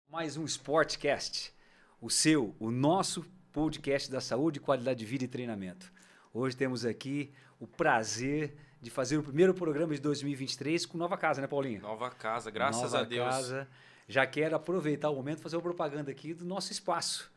Mais um Sportcast, o nosso podcast da saúde, qualidade de vida e treinamento. Hoje temos aqui o prazer de fazer o primeiro programa de 2023 com nova casa, né, Paulinho? Nova casa, graças a Deus. Nova casa. Já quero aproveitar o momento e fazer uma propaganda aqui do nosso espaço.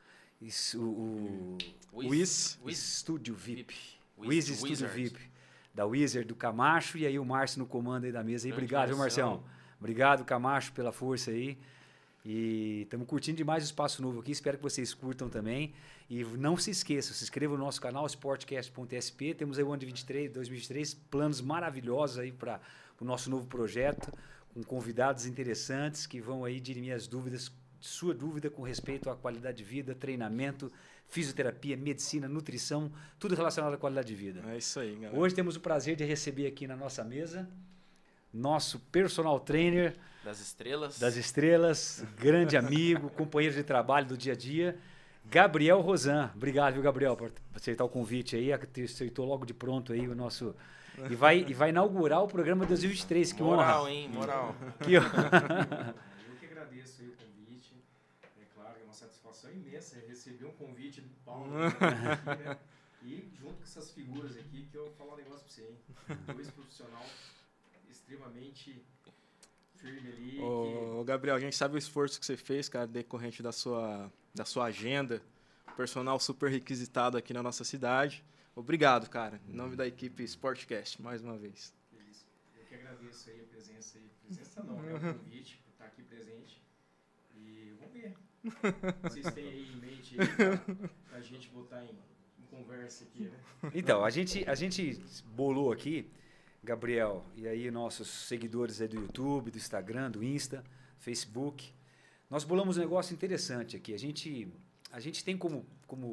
O Estúdio VIP. Wiz Estúdio VIP. Da Wizard, do Camacho, e aí o Márcio no comando aí da mesa. Aí. Obrigado, viu, Marcião? Obrigado, Camacho, pela força aí. E estamos curtindo demais o espaço novo aqui, espero que vocês curtam também. E não se esqueçam, se inscreva no nosso canal, sportcast.sp. Temos aí o ano de 2023, planos maravilhosos aí para o nosso novo projeto, com convidados interessantes que vão aí dirimir as dúvidas, sua dúvida com respeito à qualidade de vida, treinamento, fisioterapia, medicina, nutrição, tudo relacionado à qualidade de vida. É isso aí, galera. Hoje temos o prazer de receber aqui na nossa mesa nosso personal trainer das estrelas, grande amigo, companheiro de trabalho do dia a dia, Gabriel Rosan. Obrigado, viu, Gabriel, por aceitar o convite aí, aceitou logo de pronto aí o nosso... E vai inaugurar o programa 2023, que moral, honra. Hein? Moral. Que... Eu que agradeço aí o convite, é claro, é uma satisfação imensa receber um convite do Paulo, aqui, né? E junto com essas figuras aqui, que eu vou falar um negócio pra você, hein? Dois profissionais extremamente firme ali. Ô, Gabriel, a gente sabe o esforço que você fez, cara, decorrente da sua agenda, personal super requisitado aqui na nossa cidade. Obrigado, cara, em nome da equipe Sportcast, mais uma vez. Isso. Eu que agradeço aí a presença aí. Presença não, né? O convite por estar aqui presente. E vamos ver. Vocês têm aí em mente aí pra gente botar em conversa aqui, né? Então, a gente bolou aqui, Gabriel, e aí nossos seguidores aí do YouTube, do Instagram, do Insta, Facebook, nós bolamos um negócio interessante aqui. A gente tem como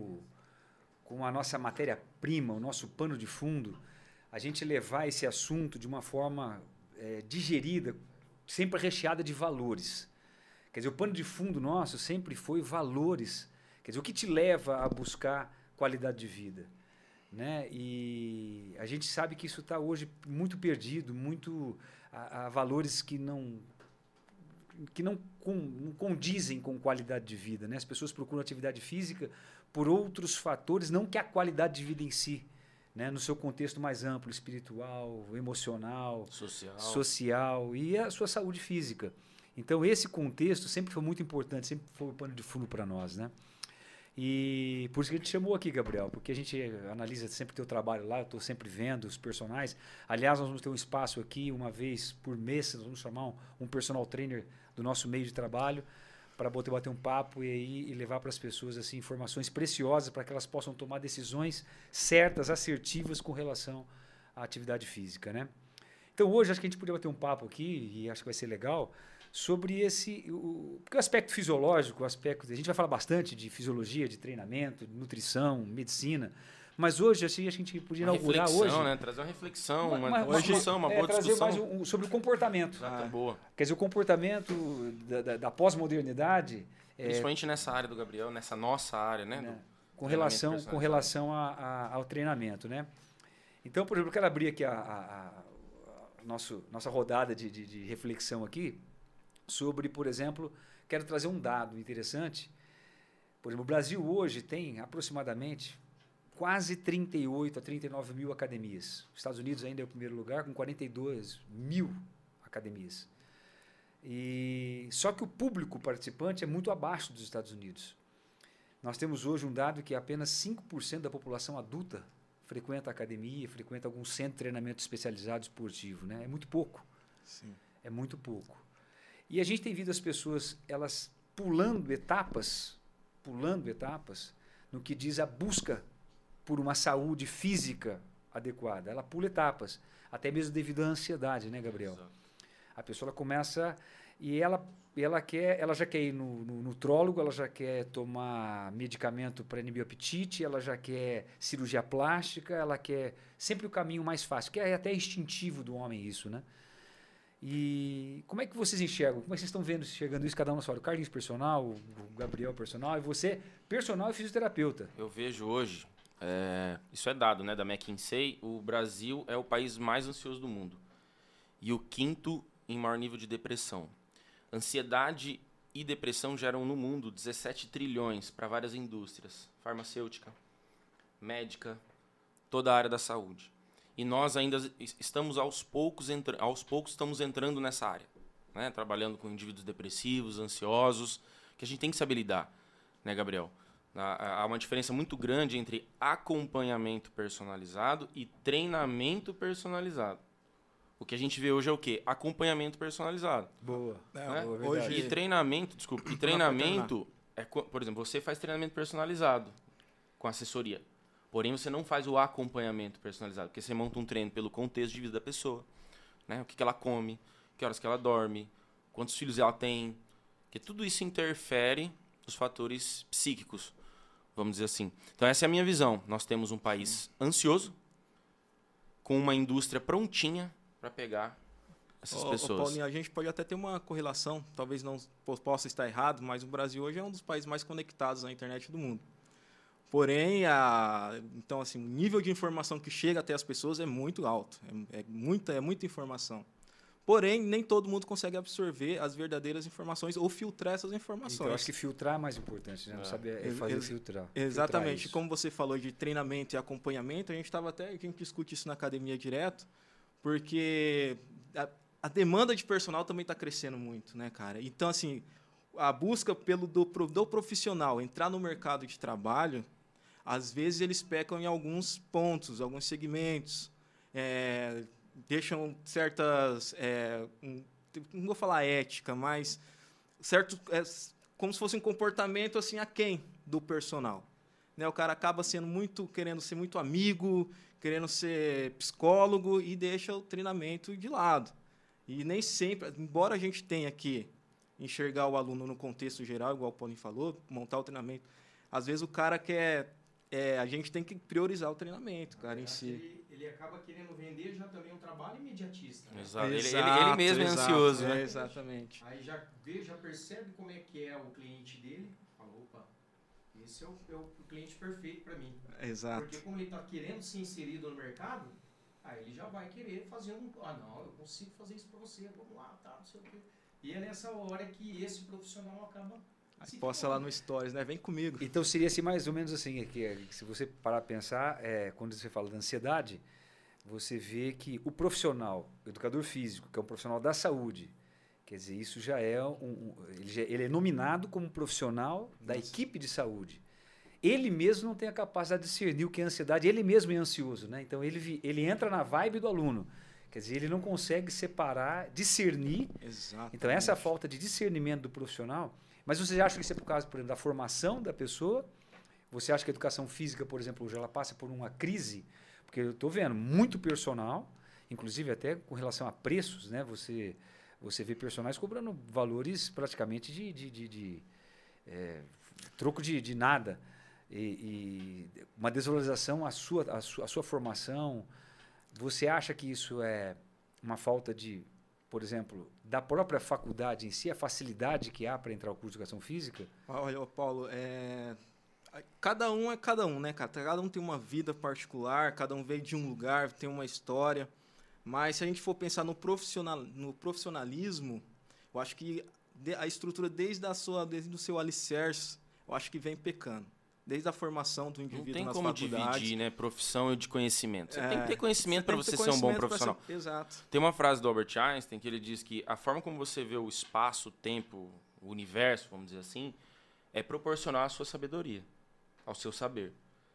a nossa matéria-prima, o nosso pano de fundo, a gente levar esse assunto de uma forma digerida, sempre recheada de valores. Quer dizer, o pano de fundo nosso sempre foi valores. Quer dizer, o que te leva a buscar qualidade de vida? Né? E a gente sabe que isso está hoje muito perdido, muito a valores que não condizem com qualidade de vida. Né? As pessoas procuram atividade física por outros fatores, não que a qualidade de vida em si, né? No seu contexto mais amplo, espiritual, emocional, social e a sua saúde física. Então, esse contexto sempre foi muito importante, sempre foi o pano de fundo para nós, né? E por isso que a gente chamou aqui, Gabriel, porque a gente analisa sempre o teu trabalho lá, eu estou sempre vendo os personagens. Aliás, nós vamos ter um espaço aqui, uma vez por mês, nós vamos chamar um personal trainer do nosso meio de trabalho para bater um papo e levar para as pessoas assim, informações preciosas para que elas possam tomar decisões certas, assertivas com relação à atividade física, né? Então, hoje, acho que a gente podia bater um papo aqui, e acho que vai ser legal, sobre porque o aspecto fisiológico, a gente vai falar bastante de fisiologia, de treinamento, de nutrição, medicina, mas hoje assim, a gente podia inaugurar hoje, né? Trazer uma reflexão, uma boa trazer discussão. mais sobre o comportamento. Boa. Quer dizer, o comportamento da pós-modernidade. Principalmente nessa área do Gabriel, nessa nossa área, né? Com relação ao treinamento, né? Então, por exemplo, eu quero abrir aqui a nossa rodada de reflexão aqui, sobre, por exemplo, quero trazer um dado interessante. Por exemplo, o Brasil hoje tem aproximadamente quase 38 a 39 mil academias. Os Estados Unidos ainda é o primeiro lugar, com 42 mil academias. Só que o público participante é muito abaixo dos Estados Unidos. Nós temos hoje um dado que apenas 5% da população adulta frequenta a academia, frequenta algum centro de treinamento especializado esportivo, né? É muito pouco. Sim. É muito pouco. E a gente tem visto as pessoas, elas pulando etapas no que diz a busca por uma saúde física adequada. Ela pula etapas, até mesmo devido à ansiedade, né, Gabriel? Exato. A pessoa começa e ela já quer ir no nutrólogo, ela já quer tomar medicamento para inibir o apetite, ela já quer cirurgia plástica, ela quer sempre o caminho mais fácil, que é até instintivo do homem isso, né? E como é que vocês enxergam? Como é que vocês estão enxergando isso, cada um na sua hora? O Carlinhos personal, o Gabriel personal e você personal e fisioterapeuta. Eu vejo hoje, isso é dado, né, da McKinsey, o Brasil é o país mais ansioso do mundo e o quinto em maior nível de depressão. Ansiedade e depressão geram no mundo 17 trilhões para várias indústrias, farmacêutica, médica, toda a área da saúde. E nós ainda estamos aos poucos estamos entrando nessa área, né? Trabalhando com indivíduos depressivos, ansiosos, que a gente tem que saber lidar, né, Gabriel? Há uma diferença muito grande entre acompanhamento personalizado e treinamento personalizado. O que a gente vê hoje é o quê? Acompanhamento personalizado. Boa. Né? Boa, Hoje- E treinamento, desculpa, por exemplo, você faz treinamento personalizado com assessoria. Porém, você não faz o acompanhamento personalizado, porque você monta um treino pelo contexto de vida da pessoa, né? O que ela come, que horas que ela dorme, quantos filhos ela tem, porque tudo isso interfere nos fatores psíquicos, vamos dizer assim. Então, essa é a minha visão. Nós temos um país ansioso, com uma indústria prontinha para pegar essas pessoas. Paulinho, a gente pode até ter uma correlação, talvez não possa estar errado, mas o Brasil hoje é um dos países mais conectados à internet do mundo. Porém, então, assim, o nível de informação que chega até as pessoas é muito alto, é muita informação. Porém, nem todo mundo consegue absorver as verdadeiras informações ou filtrar essas informações. Então, eu acho que filtrar é mais importante, né? Não saber fazer filtrar. Exatamente. Filtrar Como você falou de treinamento e acompanhamento, a gente discute isso na academia direto, porque a demanda de personal também está crescendo muito, né, cara? Então, assim, a busca do profissional entrar no mercado de trabalho, às vezes eles pecam em alguns pontos, alguns segmentos, deixam certas, não vou falar ética, mas como se fosse um comportamento assim aquém do personal, né? O cara acaba querendo ser muito amigo, querendo ser psicólogo e deixa o treinamento de lado. E nem sempre, embora a gente tenha que enxergar o aluno no contexto geral, igual o Paulinho falou, montar o treinamento, às vezes o cara a gente tem que priorizar o treinamento, cara, em si. Ele acaba querendo vender já também um trabalho imediatista. Né? Exato. Ele mesmo é ansioso, né? Exatamente. Aí já percebe como é que é o cliente dele, fala, opa, esse é o cliente perfeito para mim. Exato. Porque como ele está querendo ser inserido no mercado, aí ele já vai querer fazer não, eu consigo fazer isso para você, vamos lá, tá, não sei o quê. E é nessa hora que esse profissional acaba Aí posta lá no Stories, né? Vem comigo. Então seria assim, mais ou menos assim, que se você parar a pensar, quando você fala da ansiedade, você vê que o profissional, o educador físico, que é um profissional da saúde, quer dizer, isso já é ele é nominado como profissional da equipe de saúde. Ele mesmo não tem a capacidade de discernir o que é ansiedade, ele mesmo é ansioso, né? Então ele entra na vibe do aluno. Quer dizer, ele não consegue separar, discernir. Exatamente. Então essa falta de discernimento do profissional. Mas você acha que isso é por causa, por exemplo, da formação da pessoa? Você acha que a educação física, por exemplo, hoje ela passa por uma crise? Porque eu estou vendo muito personal, inclusive até com relação a preços, né? Você vê personagens cobrando valores praticamente de troco de nada. E uma desvalorização à sua formação. Você acha que isso é uma falta de, por exemplo, da própria faculdade em si, a facilidade que há para entrar no curso de educação física? Olha, Paulo, cada um é cada um, né, cara? Cada um tem uma vida particular, cada um veio de um lugar, tem uma história. Mas se a gente for pensar no profissionalismo, eu acho que a estrutura desde o seu alicerce, eu acho que vem pecando. Desde a formação do indivíduo nas faculdades. Não tem como dividir, né, profissão de conhecimento. Você tem que ter conhecimento para você ser um bom profissional. Exato. Tem uma frase do Albert Einstein que ele diz que a forma como você vê o espaço, o tempo, o universo, vamos dizer assim, é proporcional à sua sabedoria, ao seu saber.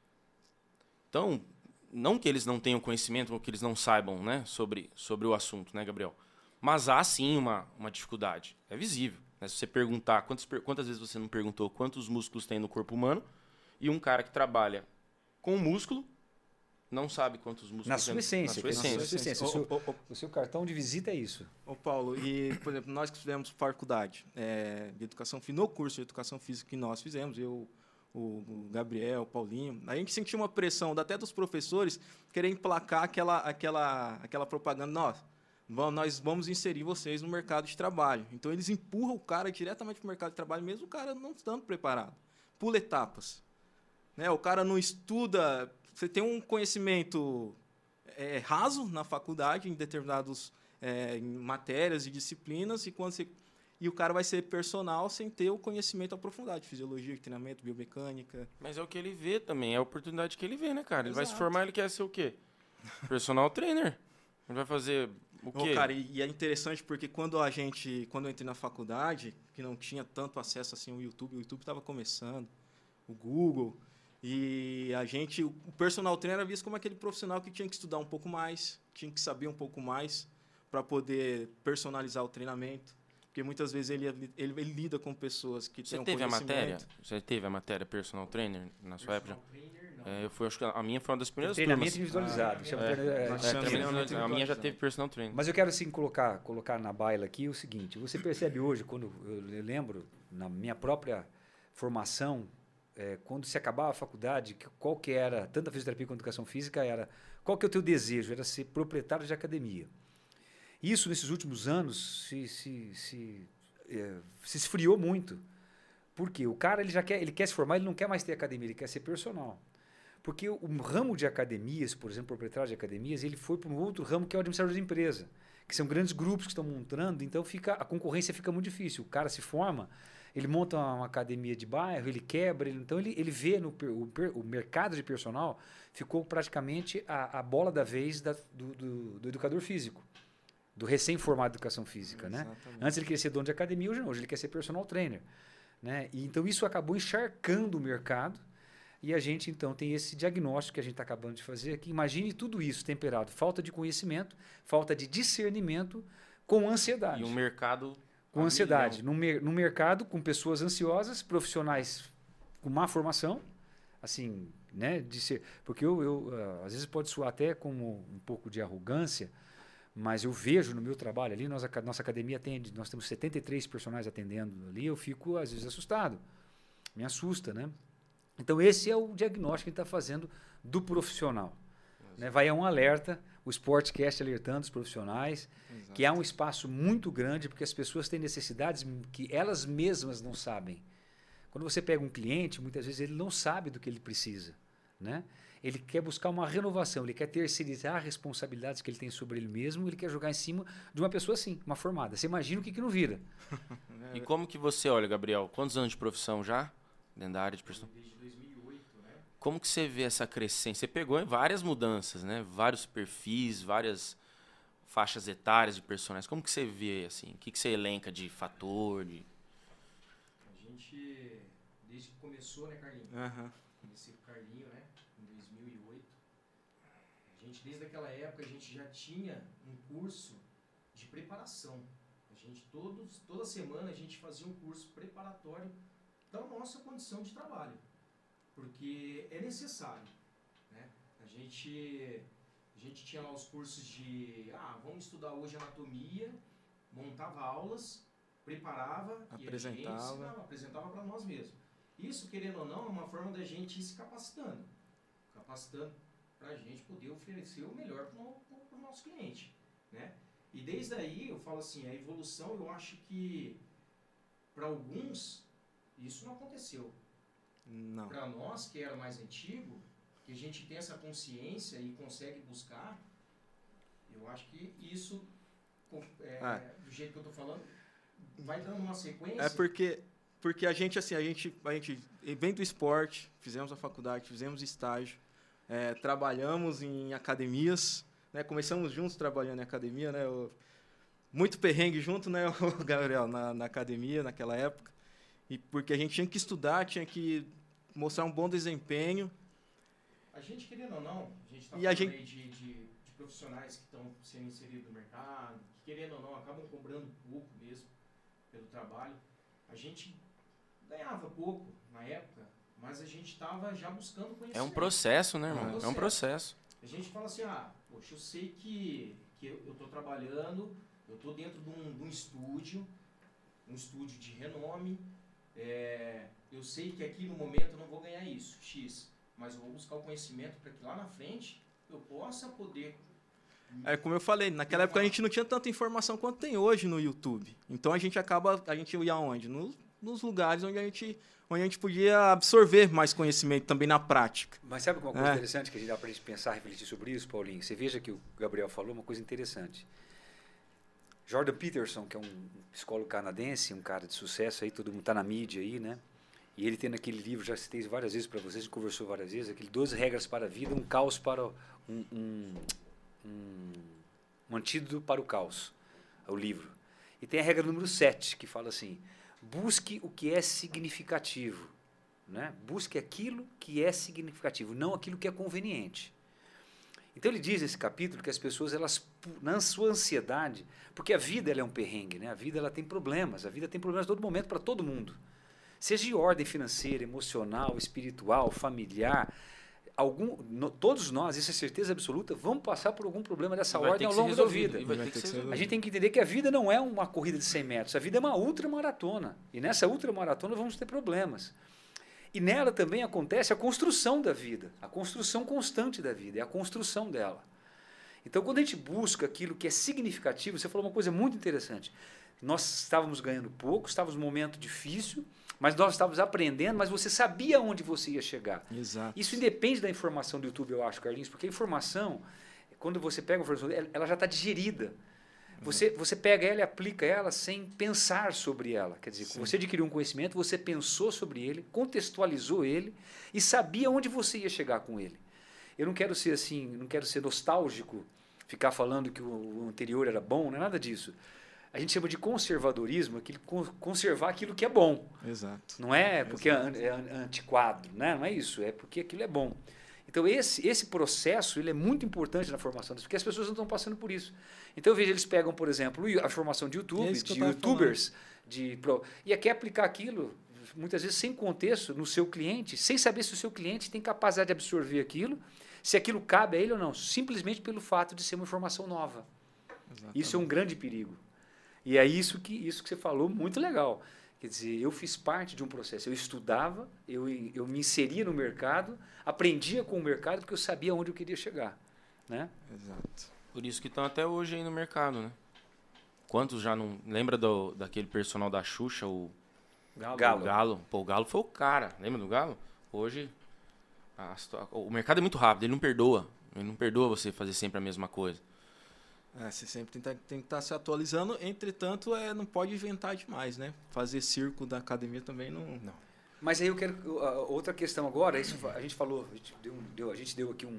Então, não que eles não tenham conhecimento ou que eles não saibam, né, sobre o assunto, né, Gabriel? Mas há sim uma dificuldade. É visível. Né? Se você perguntar, quantas vezes você não perguntou quantos músculos tem no corpo humano, e um cara que trabalha com músculo não sabe quantos músculos na sua essência. Na sua essência. O seu cartão de visita é isso. Ô Paulo, e, por exemplo, nós que fizemos faculdade de educação física, no curso de educação física que nós fizemos, eu, o Gabriel, o Paulinho, a gente sentiu uma pressão até dos professores querer emplacar aquela propaganda, nós vamos inserir vocês no mercado de trabalho. Então, eles empurram o cara diretamente para o mercado de trabalho, mesmo o cara não estando preparado. Pula etapas. Né? O cara não estuda... Você tem um conhecimento raso na faculdade, em determinadas matérias e disciplinas, e quando você e o cara vai ser personal sem ter o conhecimento aprofundado de fisiologia, de treinamento, biomecânica. Mas é o que ele vê também, é a oportunidade que ele vê, né, cara? Ele vai se Exato. formar, ele quer ser o quê? Personal trainer. Ele vai fazer o quê? Cara, e é interessante porque quando eu entrei na faculdade, que não tinha tanto acesso assim ao YouTube, o YouTube estava começando, o Google, e o personal trainer era visto como aquele profissional que tinha que estudar um pouco mais, tinha que saber um pouco mais para poder personalizar o treinamento, porque muitas vezes ele lida com pessoas que têm um conhecimento. Você teve a matéria personal trainer na sua época? Trainer, não. Acho que a minha foi uma das primeiras Treinamento turmas. individualizado. chama nós chamamos Treinamento, a minha já teve personal trainer. Mas eu quero assim colocar na baila aqui o seguinte: você percebe hoje, quando eu lembro na minha própria formação, quando se acabava a faculdade, qual que era, tanto a fisioterapia quanto a educação física, qual que é o teu desejo? Era ser proprietário de academia. Isso, nesses últimos anos, se esfriou muito. Por quê? O cara ele quer se formar, ele não quer mais ter academia, ele quer ser personal. Porque o ramo de academias, por exemplo, proprietário de academias, ele foi para um outro ramo que é o administrador de empresa, que são grandes grupos que estão montando, então a concorrência fica muito difícil. O cara se forma, ele monta uma academia de bairro, ele quebra, então ele vê o mercado de personal ficou praticamente a bola da vez do educador físico, do recém-formado de educação física. Né? Antes ele queria ser dono de academia, hoje ele quer ser personal trainer. Né? E, então isso acabou encharcando o mercado. E a gente, então, tem esse diagnóstico que a gente está acabando de fazer aqui. Imagine tudo isso temperado. Falta de conhecimento, falta de discernimento com ansiedade. E um mercado... Com ansiedade. Num mercado com pessoas ansiosas, profissionais com má formação, assim, né? Porque às vezes pode soar até como um pouco de arrogância, mas eu vejo no meu trabalho ali, nossa academia nós temos 73 personagens atendendo ali, eu fico, às vezes, assustado. Me assusta, né? Então, esse é o diagnóstico que a gente está fazendo do profissional. Né? Vai um alerta, o Sportcast alertando os profissionais, que há um espaço muito grande, porque as pessoas têm necessidades que elas mesmas não sabem. Quando você pega um cliente, muitas vezes ele não sabe do que ele precisa. Né? Ele quer buscar uma renovação, ele quer terceirizar responsabilidades que ele tem sobre ele mesmo, ele quer jogar em cima de uma pessoa assim, uma formada. Você imagina o que não vira. E como que você olha, Gabriel? Quantos anos de profissão já? Dentro da área de personal? Desde 2008, né? Como que você vê essa crescência? Você pegou várias mudanças, né? Vários perfis, várias faixas etárias de personagens. Como que você vê, assim? O que você elenca de fator? A gente, desde que começou, né, Carlinhos? Comecei com o Carlinho, né? Em 2008. A gente, desde aquela época, a gente já tinha um curso de preparação. A gente, toda semana, a gente fazia um curso preparatório da nossa condição de trabalho, porque é necessário, né? A gente tinha lá os cursos de, vamos estudar hoje anatomia, montava aulas, preparava, apresentava para nós mesmos. Isso, querendo ou não, é uma forma da gente ir se capacitando para a gente poder oferecer o melhor para o nosso cliente, né? E desde aí, eu falo assim, a evolução, eu acho que para alguns isso não aconteceu. Não. Para nós, que era mais antigo, que a gente tem essa consciência e consegue buscar, eu acho que isso, do jeito que eu estou falando, vai dando uma sequência. É porque a gente vem do esporte, fizemos a faculdade, fizemos estágio, trabalhamos em academias, né? Começamos juntos trabalhando em academia, né? Muito perrengue junto, né, o Gabriel, na academia naquela época. E porque a gente tinha que estudar, tinha que mostrar um bom desempenho. A gente, querendo ou não, a gente está falando aí de profissionais que estão sendo inseridos no mercado, que, querendo ou não, acabam cobrando pouco mesmo pelo trabalho. A gente ganhava pouco na época, mas a gente estava já buscando conhecimento. É um processo, né, irmão? É um processo. A gente fala assim, poxa, eu sei que eu estou trabalhando, eu estou dentro de um estúdio de renome, eu sei que aqui no momento eu não vou ganhar isso, X, mas eu vou buscar o conhecimento para que lá na frente eu possa poder... Como eu falei, naquela época a gente não tinha tanta informação quanto tem hoje no YouTube. Então a gente ia onde? Nos lugares onde a gente podia absorver mais conhecimento também na prática. Mas sabe uma coisa interessante que dá para a gente pensar, refletir sobre isso, Paulinho? Você veja que o Gabriel falou uma coisa interessante. Jordan Peterson, que é um psicólogo canadense, um cara de sucesso aí, todo mundo está na mídia aí, né? E ele tem naquele livro, já citei várias vezes para vocês, a gente conversou várias vezes, aquele 12 regras para a vida, um caos para um antídoto para o caos, é o livro. E tem a regra número 7, que fala assim: busque o que é significativo, né? Busque aquilo que é significativo, não aquilo que é conveniente. Então ele diz nesse capítulo que as pessoas, elas, na sua ansiedade, porque a vida ela é um perrengue, né? A vida ela tem problemas a todo momento para todo mundo. Seja de ordem financeira, emocional, espiritual, familiar, todos nós, isso é certeza absoluta, vamos passar por algum problema dessa ordem ao longo da vida. A gente tem que entender que a vida não é uma corrida de 100 metros, a vida é uma ultramaratona. E nessa ultramaratona vamos ter problemas. E nela também acontece a construção da vida, a construção constante da vida, é a construção dela. Então, quando a gente busca aquilo que é significativo, você falou uma coisa muito interessante. Nós estávamos ganhando pouco, estávamos num momento difícil, mas nós estávamos aprendendo, mas você sabia onde você ia chegar. Exato. Isso independe da informação do YouTube, eu acho, Carlinhos, porque a informação, quando você pega a informação, ela já está digerida. Você pega ela e aplica ela sem pensar sobre ela. Quer dizer, você adquiriu um conhecimento, você pensou sobre ele, contextualizou ele e sabia onde você ia chegar com ele. Eu não quero ser assim, não quero ser nostálgico, ficar falando que o anterior era bom, não é nada disso. A gente chama de conservadorismo, conservar aquilo que é bom. Exato. Não é porque é antiquado, né? Não é isso, é porque aquilo é bom. Então, esse processo ele é muito importante na formação, porque as pessoas não estão passando por isso. Então, eu vejo eles pegam, por exemplo, a formação de YouTube, de youtubers, e quer aplicar aquilo, muitas vezes sem contexto, no seu cliente, sem saber se o seu cliente tem capacidade de absorver aquilo, se aquilo cabe a ele ou não, simplesmente pelo fato de ser uma informação nova. Exatamente. Isso é um grande perigo. E é isso que você falou, muito legal. Quer dizer, eu fiz parte de um processo. Eu estudava, eu me inseria no mercado, aprendia com o mercado porque eu sabia onde eu queria chegar. Né? Exato. Por isso que estão até hoje aí no mercado, né? Quantos já não... Lembra daquele personal da Xuxa, o Galo? Pô, o Galo foi o cara. Lembra do Galo? Hoje, o mercado é muito rápido, ele não perdoa. Ele não perdoa você fazer sempre a mesma coisa. Você sempre tem que estar se atualizando, entretanto, não pode inventar demais, né? Fazer circo da academia também não. Mas aí eu quero outra questão agora, isso a gente falou, a gente deu aqui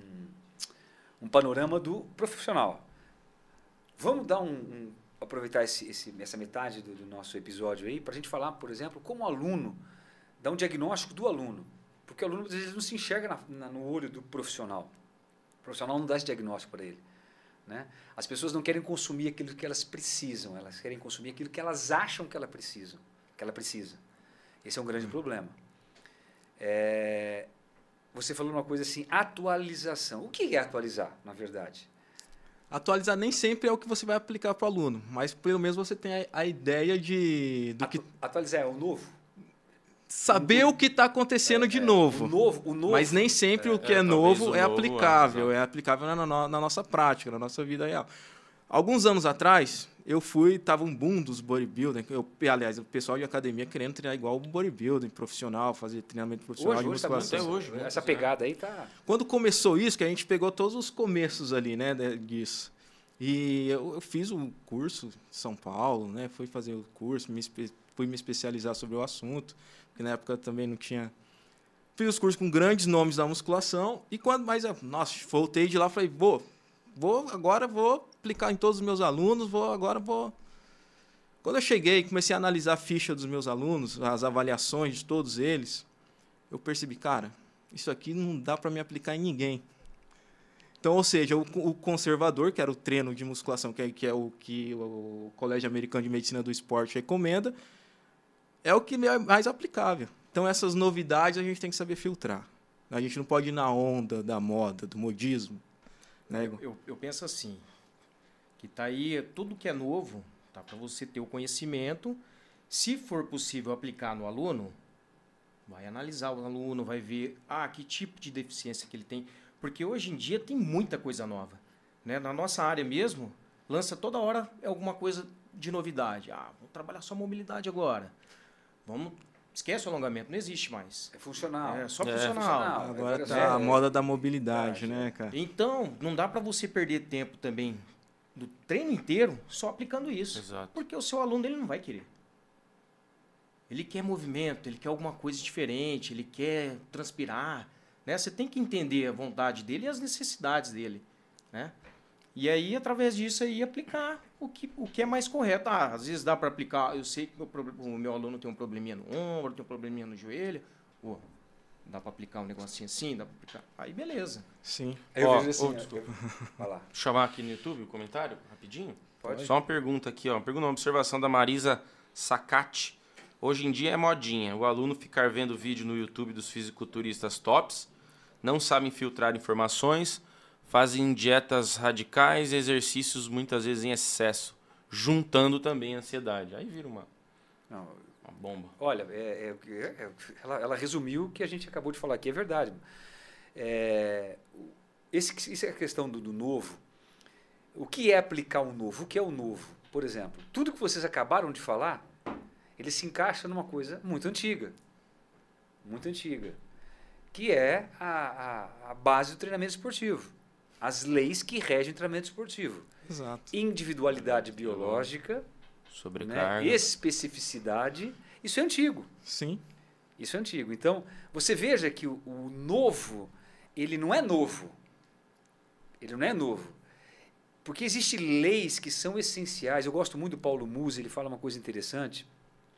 um panorama do profissional. Vamos dar aproveitar essa metade do nosso episódio aí para a gente falar, por exemplo, como aluno, dar um diagnóstico do aluno. Porque o aluno às vezes não se enxerga no olho do profissional. O profissional não dá esse diagnóstico para ele. Né? As pessoas não querem consumir aquilo que elas precisam, elas querem consumir aquilo que elas acham que ela precisa. Esse é um grande problema. Você falou uma coisa assim, atualização. O que é atualizar, na verdade? Atualizar nem sempre é o que você vai aplicar para o aluno, mas pelo menos você tem a ideia que... Atualizar é o novo? Saber o que está acontecendo de novo. O novo. Mas nem sempre o que é novo é aplicável. É aplicável na nossa prática, na nossa vida real. Alguns anos atrás, estava um boom dos bodybuilding. Aliás, o pessoal de academia querendo treinar igual o bodybuilding profissional, fazer treinamento profissional de musculação. Até hoje. Essa pegada aí tá... Quando começou isso, que a gente pegou todos os começos ali, né, disso. E eu fiz o curso em São Paulo, né, fui fazer o curso, fui me especializar sobre o assunto, porque na época também não tinha... Fiz os cursos com grandes nomes da musculação, e voltei de lá e falei, agora vou aplicar em todos os meus alunos, Quando eu cheguei e comecei a analisar a ficha dos meus alunos, as avaliações de todos eles, eu percebi, cara, isso aqui não dá para me aplicar em ninguém. Então, ou seja, o conservador, que era o treino de musculação, que é o que o Colégio Americano de Medicina do Esporte recomenda, é o que é mais aplicável. Então, essas novidades a gente tem que saber filtrar. A gente não pode ir na onda da moda, do modismo. Né? Eu penso assim, que tá aí, tudo que é novo, tá para você ter o conhecimento. Se for possível aplicar no aluno, vai analisar o aluno, vai ver que tipo de deficiência que ele tem. Porque hoje em dia tem muita coisa nova. Né? Na nossa área mesmo, lança toda hora alguma coisa de novidade. Vamos trabalhar só mobilidade agora. Esquece o alongamento, não existe mais. É funcional. É só funcional. Agora tá a moda da mobilidade, né, cara? Então, não dá para você perder tempo também do treino inteiro só aplicando isso. Exato. Porque o seu aluno ele não vai querer. Ele quer movimento, ele quer alguma coisa diferente, ele quer transpirar, né? Você tem que entender a vontade dele e as necessidades dele, né? E aí, através disso, aí, aplicar o que é mais correto. Às vezes dá para aplicar, eu sei que o meu aluno tem um probleminha no ombro, tem um probleminha no joelho, dá para aplicar um negocinho assim, dá para aplicar. Aí, beleza. Sim. Aí eu Ó, vejo assim, desculpa. vai lá. Vou chamar aqui no YouTube o comentário, rapidinho. Pode. Só uma pergunta aqui, ó. Uma observação da Marisa Sacati. Hoje em dia é modinha o aluno ficar vendo vídeo no YouTube dos fisiculturistas tops, não sabem filtrar informações, fazem dietas radicais e exercícios muitas vezes em excesso, juntando também a ansiedade. Aí vira uma bomba. Olha, ela resumiu o que a gente acabou de falar aqui, é verdade. Isso é a questão do novo. O que é aplicar o novo? O que é o novo? Por exemplo, tudo que vocês acabaram de falar, ele se encaixa numa coisa muito antiga, que é a base do treinamento esportivo. As leis que regem o treinamento esportivo. Exato. Individualidade biológica, Sobrecarga. né? Especificidade, isso é antigo. Sim. Isso é antigo. Então, você veja que o novo, ele não é novo. Ele não é novo. Porque existem leis que são essenciais. Eu gosto muito do Paulo Musi, ele fala uma coisa interessante.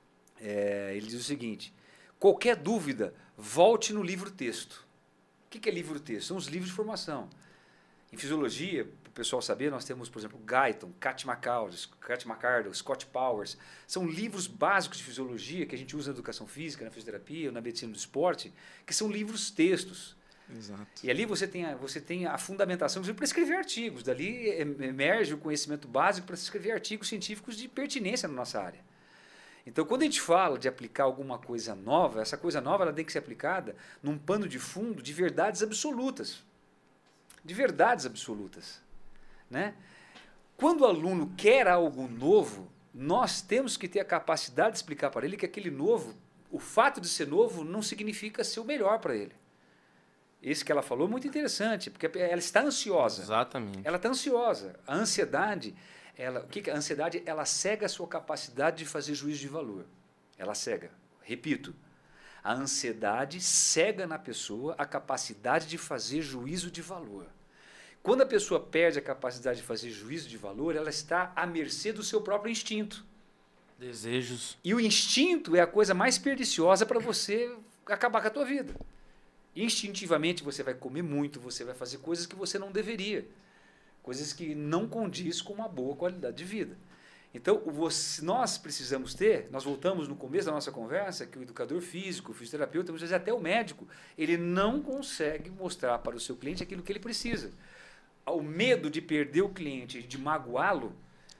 Ele diz o seguinte: qualquer dúvida, volte no livro-texto. O que é livro-texto? São os livros de formação. Em fisiologia, para o pessoal saber, nós temos, por exemplo, Guyton, Cat McCardle, Scott Powers. São livros básicos de fisiologia que a gente usa na educação física, na fisioterapia, na medicina do esporte, que são livros-textos. Exato. E ali você tem a fundamentação para escrever artigos. Dali emerge o conhecimento básico para se escrever artigos científicos de pertinência na nossa área. Então, quando a gente fala de aplicar alguma coisa nova, essa coisa nova ela tem que ser aplicada num pano de fundo de verdades absolutas. De verdades absolutas. Né? Quando o aluno quer algo novo, nós temos que ter a capacidade de explicar para ele que aquele novo, o fato de ser novo, não significa ser o melhor para ele. Isso que ela falou é muito interessante, porque ela está ansiosa. Exatamente. Ela está ansiosa. A ansiedade, a ansiedade, ela cega a sua capacidade de fazer juízo de valor. Ela cega. Repito, a ansiedade cega na pessoa a capacidade de fazer juízo de valor. Quando a pessoa perde a capacidade de fazer juízo de valor, ela está à mercê do seu próprio instinto. Desejos. E o instinto é a coisa mais perniciosa para você acabar com a tua vida. Instintivamente você vai comer muito, você vai fazer coisas que você não deveria. Coisas que não condiz com uma boa qualidade de vida. Então, nós precisamos nós voltamos no começo da nossa conversa, que o educador físico, o fisioterapeuta, muitas vezes até o médico, ele não consegue mostrar para o seu cliente aquilo que ele precisa. O medo de perder o cliente, de magoá-lo,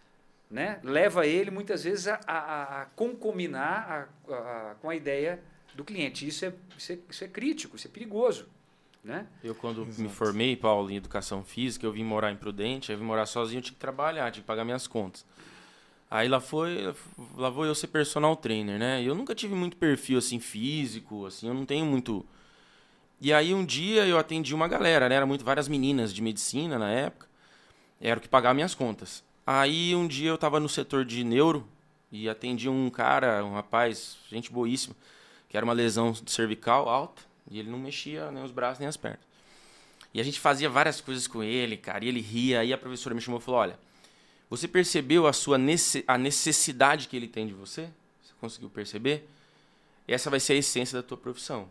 né, leva ele muitas vezes a concominar com a ideia do cliente. Isso é crítico, isso é perigoso. Né? Eu, quando me formei, Paulo, em educação física, eu vim morar em Prudente, eu vim morar sozinho, eu tinha que trabalhar, tinha que pagar minhas contas. Aí lá vou eu ser personal trainer, né? Eu nunca tive muito perfil assim físico, assim, eu não tenho muito. E aí um dia eu atendi uma galera, né? Eram várias meninas de medicina na época, era o que pagava minhas contas. Aí um dia eu tava no setor de neuro e atendi um cara, um rapaz, gente boíssima, que era uma lesão cervical alta e ele não mexia nem os braços nem as pernas. E a gente fazia várias coisas com ele, cara, e ele ria. Aí a professora me chamou e falou: olha, você percebeu a necessidade que ele tem de você? Você conseguiu perceber? Essa vai ser a essência da tua profissão.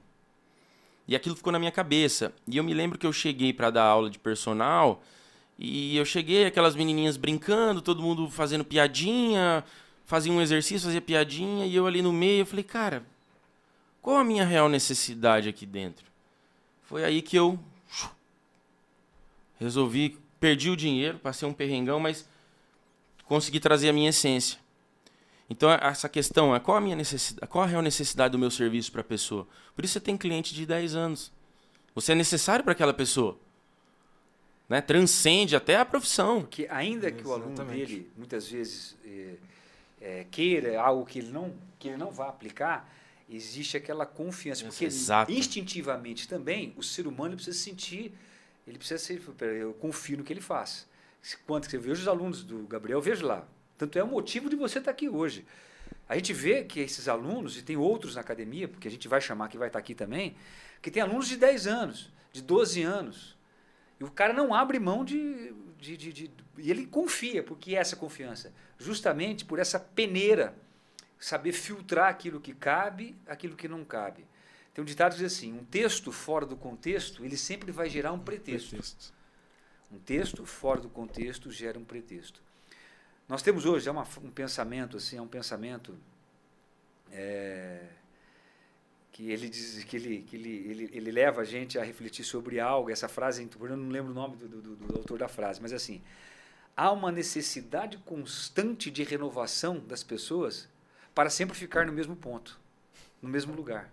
E aquilo ficou na minha cabeça. E eu me lembro que eu cheguei para dar aula de personal e eu cheguei, aquelas menininhas brincando, todo mundo fazendo piadinha, fazia um exercício, fazia piadinha, e eu ali no meio, eu falei: cara, qual a minha real necessidade aqui dentro? Foi aí que eu resolvi, perdi o dinheiro, passei um perrengão, mas consegui trazer a minha essência. Então, essa questão é qual a minha necessidade, qual a real necessidade do meu serviço para a pessoa. Por isso você tem cliente de 10 anos. Você é necessário para aquela pessoa. Né? Transcende até a profissão. Porque ainda que o aluno dele, muitas vezes, queira algo que ele não vai aplicar, existe aquela confiança. Porque instintivamente também, o ser humano precisa sentir, eu confio no que ele faz. Quanto que você veja os alunos do Gabriel, veja lá. Tanto é o motivo de você estar aqui hoje. A gente vê que esses alunos, e tem outros na academia, porque a gente vai chamar que vai estar aqui também, que tem alunos de 10 anos, de 12 anos. E o cara não abre mão e ele confia. Por que essa confiança? Justamente por essa peneira, saber filtrar aquilo que cabe, aquilo que não cabe. Tem um ditado que diz assim, um texto fora do contexto, ele sempre vai gerar um pretexto. Um texto fora do contexto gera um pretexto. Nós temos hoje um pensamento, assim, que ele diz que ele leva a gente a refletir sobre algo. Essa frase, eu não lembro o nome do autor da frase, mas assim, há uma necessidade constante de renovação das pessoas para sempre ficar no mesmo ponto, no mesmo lugar.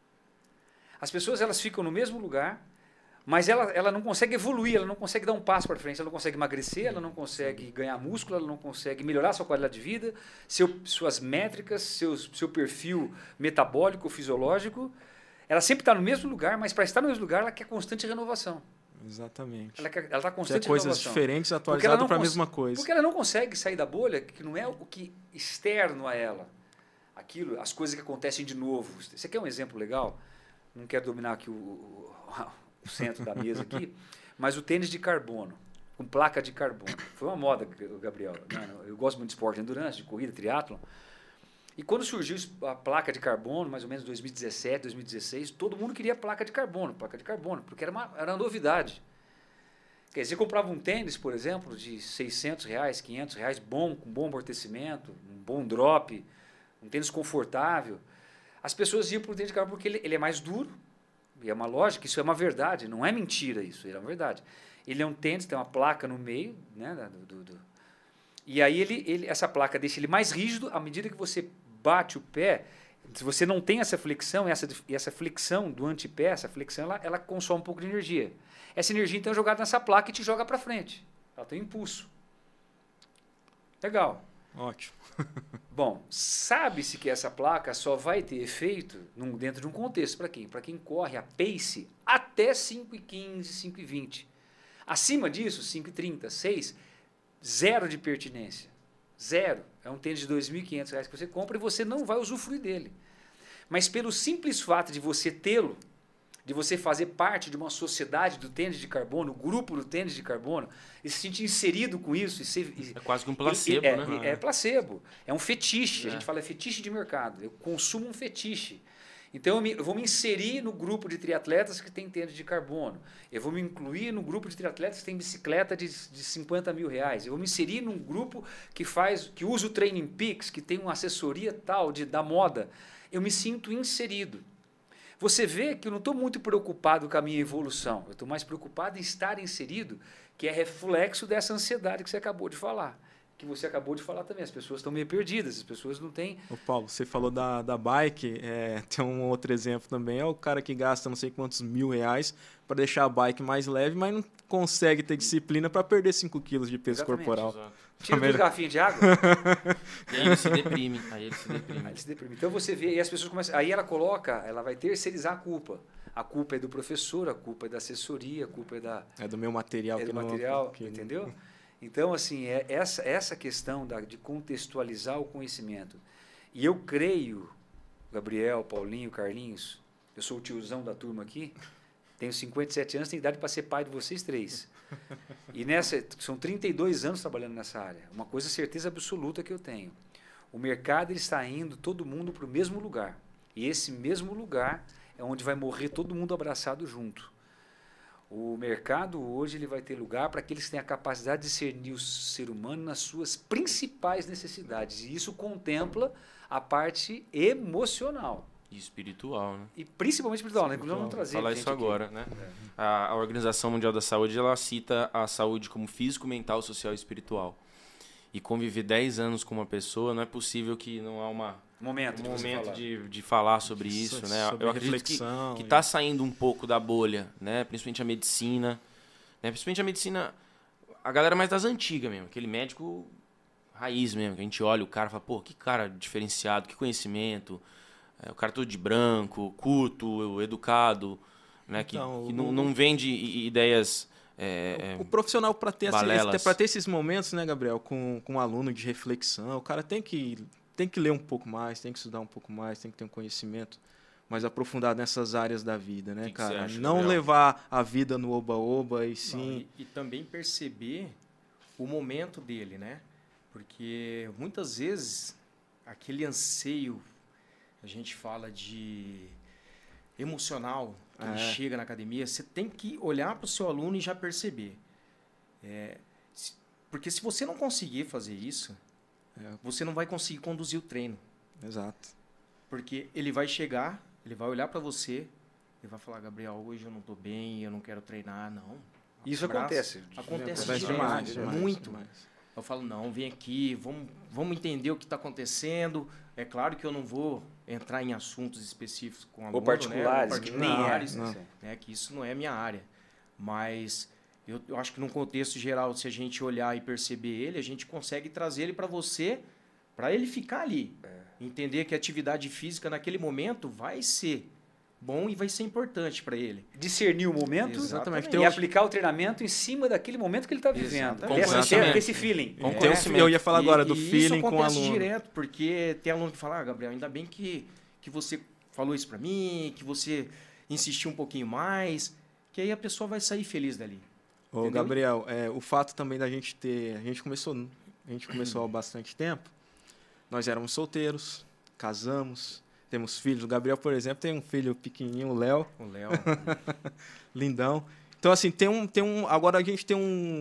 As pessoas elas ficam no mesmo lugar, mas ela não consegue evoluir, ela não consegue dar um passo para frente, ela não consegue emagrecer, ela não consegue ganhar músculo, ela não consegue melhorar sua qualidade de vida, suas métricas, seu perfil metabólico, fisiológico. Ela sempre está no mesmo lugar, mas para estar no mesmo lugar ela quer constante renovação. Exatamente. Ela está constante coisas renovação. Diferentes atualizadas para a mesma coisa. Porque ela não consegue sair da bolha, que não é o que externo a ela. Aquilo, as coisas que acontecem de novo. Você quer um exemplo legal? Não quero dominar aqui o centro da mesa aqui, mas o tênis de carbono, com placa de carbono. Foi uma moda, Gabriel. Eu gosto muito de esporte de endurance, de corrida, triatlon. E quando surgiu a placa de carbono, mais ou menos 2017, 2016, todo mundo queria placa de carbono, porque era uma novidade. Quer dizer, você comprava um tênis, por exemplo, de R$600, R$500, bom, com bom amortecimento, um bom drop, um tênis confortável. As pessoas iam para o tênis de carbono porque ele é mais duro, e é uma lógica, isso é uma verdade, não é mentira isso, é uma verdade. Ele é um tênis, tem uma placa no meio, né, e aí essa placa deixa ele mais rígido à medida que você bate o pé. Se você não tem essa flexão, essa flexão do antepé, essa flexão, ela consome um pouco de energia. Essa energia, então, é jogada nessa placa e te joga para frente. Ela tem um impulso. Legal. Ótimo. Bom, sabe-se que essa placa só vai ter efeito dentro de um contexto. Para quem? Para quem corre a pace até 5,15, 5,20. Acima disso, 5,30, 6, zero de pertinência. Zero. É um tênis de R$2.500 que você compra e você não vai usufruir dele. Mas pelo simples fato de você tê-lo, de você fazer parte de uma sociedade do tênis de carbono, o grupo do tênis de carbono, e se sentir inserido com isso. É quase que um placebo, né? É placebo. É um fetiche. A gente fala fetiche de mercado. Eu consumo um fetiche. Então eu vou me inserir no grupo de triatletas que tem tênis de carbono. Eu vou me incluir no grupo de triatletas que tem bicicleta de R$50 mil. Eu vou me inserir num grupo que usa o Training Peaks, que tem uma assessoria tal da moda. Eu me sinto inserido. Você vê que eu não estou muito preocupado com a minha evolução. Eu estou mais preocupado em estar inserido, que é reflexo dessa ansiedade que você acabou de falar. Que você acabou de falar também. As pessoas estão meio perdidas, as pessoas não têm... Ô Paulo, você falou da bike, tem um outro exemplo também, é o cara que gasta não sei quantos R$1.000 para deixar a bike mais leve, mas não consegue ter disciplina para perder 5 quilos de peso corporal. Exato. Tira duas garrafinhas de água. E aí ele se deprime. Então você vê, e as pessoas começam... Aí ela vai terceirizar a culpa. A culpa é do professor, a culpa é da assessoria, a culpa é da... É do meu material. Entendeu? Então, assim, essa questão de contextualizar o conhecimento. E eu creio, Gabriel, Paulinho, Carlinhos, eu sou o tiozão da turma aqui, tenho 57 anos, tenho idade para ser pai de vocês três. E são 32 anos trabalhando nessa área. Uma coisa, certeza absoluta que eu tenho. O mercado ele está indo todo mundo para o mesmo lugar. E esse mesmo lugar é onde vai morrer todo mundo abraçado junto. O mercado hoje ele vai ter lugar para aqueles que têm a capacidade de discernir o ser humano nas suas principais necessidades. E isso contempla a parte emocional. E espiritual, né? E principalmente espiritual, né? Vamos trazer falar isso agora, né? A Organização Mundial da Saúde, ela cita a saúde como físico, mental, social e espiritual. E conviver 10 anos com uma pessoa, não é possível que não há um momento de falar sobre isso, né? Sobre eu acredito que está saindo um pouco da bolha, né? Principalmente a medicina, né? Principalmente a medicina, a galera mais das antigas mesmo, aquele médico raiz mesmo, que a gente olha o cara e fala, pô, que cara diferenciado, que conhecimento, o cara todo de branco, culto, educado, né? Que não vende ideias O profissional, para ter balelas. esses momentos, né, Gabriel, com um aluno de reflexão, o cara tem que ler um pouco mais, tem que estudar um pouco mais, tem que ter um conhecimento mais aprofundado nessas áreas da vida, né, Que você cara? acha, Não Gabriel? levar a vida no oba-oba e sim... Não, e também perceber o momento dele, né? Porque muitas vezes aquele anseio, a gente fala de emocional, que ele chega na academia, você tem que olhar para o seu aluno e já perceber. Porque se você não conseguir fazer isso, você não vai conseguir conduzir o treino. Exato. Porque ele vai chegar, ele vai olhar para você, ele vai falar, Gabriel, hoje eu não estou bem, eu não quero treinar, não. Isso Abraço. acontece. Acontece Acontece direto, demais, muito. demais. Eu falo, não, vem aqui, vamos entender o que está acontecendo. É claro que eu não vou entrar em assuntos específicos com aluno, Ou particulares, né? que nem é. Né? Que isso não é minha área. Mas eu acho que num contexto geral, se a gente olhar e perceber ele, a gente consegue trazer ele para você, para ele ficar ali. Entender que a atividade física naquele momento vai ser bom e vai ser importante para ele. Discernir o momento Exatamente. e aplicar o treinamento em cima daquele momento que ele está vivendo. Exatamente. Com esse feeling. Com conhecimento. Eu ia falar agora do feeling isso com o acontece aluno. direto, porque tem aluno que fala, Gabriel, ainda bem que você falou isso para mim, que você insistiu um pouquinho mais, que aí a pessoa vai sair feliz dali. Ô, Entendeu? Gabriel, o fato também da gente ter... A gente começou há bastante tempo. Nós éramos solteiros, casamos, temos filhos. O Gabriel, por exemplo, tem um filho pequenininho, o Léo. O Léo. Lindão. Então, assim, agora a gente tem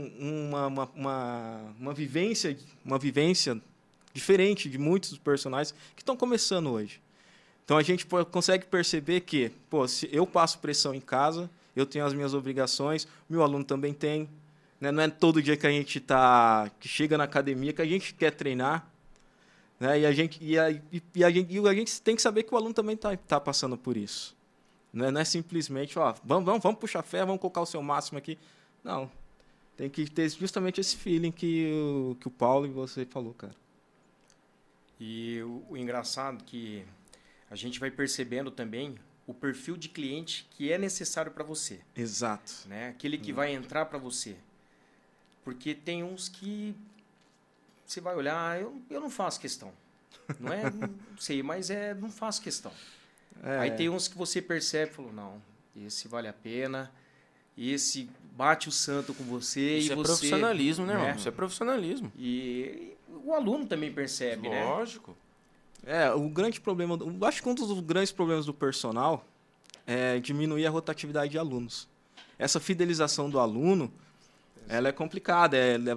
uma vivência diferente de muitos dos personagens que estão começando hoje. Então, a gente consegue perceber que, se eu passo pressão em casa, eu tenho as minhas obrigações, meu aluno também tem. Né? Não é todo dia que a gente que chega na academia que a gente quer treinar. Né? E a gente tem que saber que o aluno também está passando por isso. Não é simplesmente, vamos puxar ferro, vamos colocar o seu máximo aqui. Não. Tem que ter justamente esse feeling que o Paulo e você falou, cara. E o engraçado que a gente vai percebendo também o perfil de cliente que é necessário para você. Exato. Né? Aquele que vai entrar para você. Porque tem uns que você vai olhar, eu não faço questão. Não sei, mas não faço questão. Aí tem uns que você percebe e falou, não, esse vale a pena, esse bate o santo com você. Isso e é você, profissionalismo, né, irmão? Isso é profissionalismo. E o aluno também percebe, né? Lógico. O grande problema, acho que um dos grandes problemas do personal é diminuir a rotatividade de alunos. Essa fidelização do aluno, ela é complicada.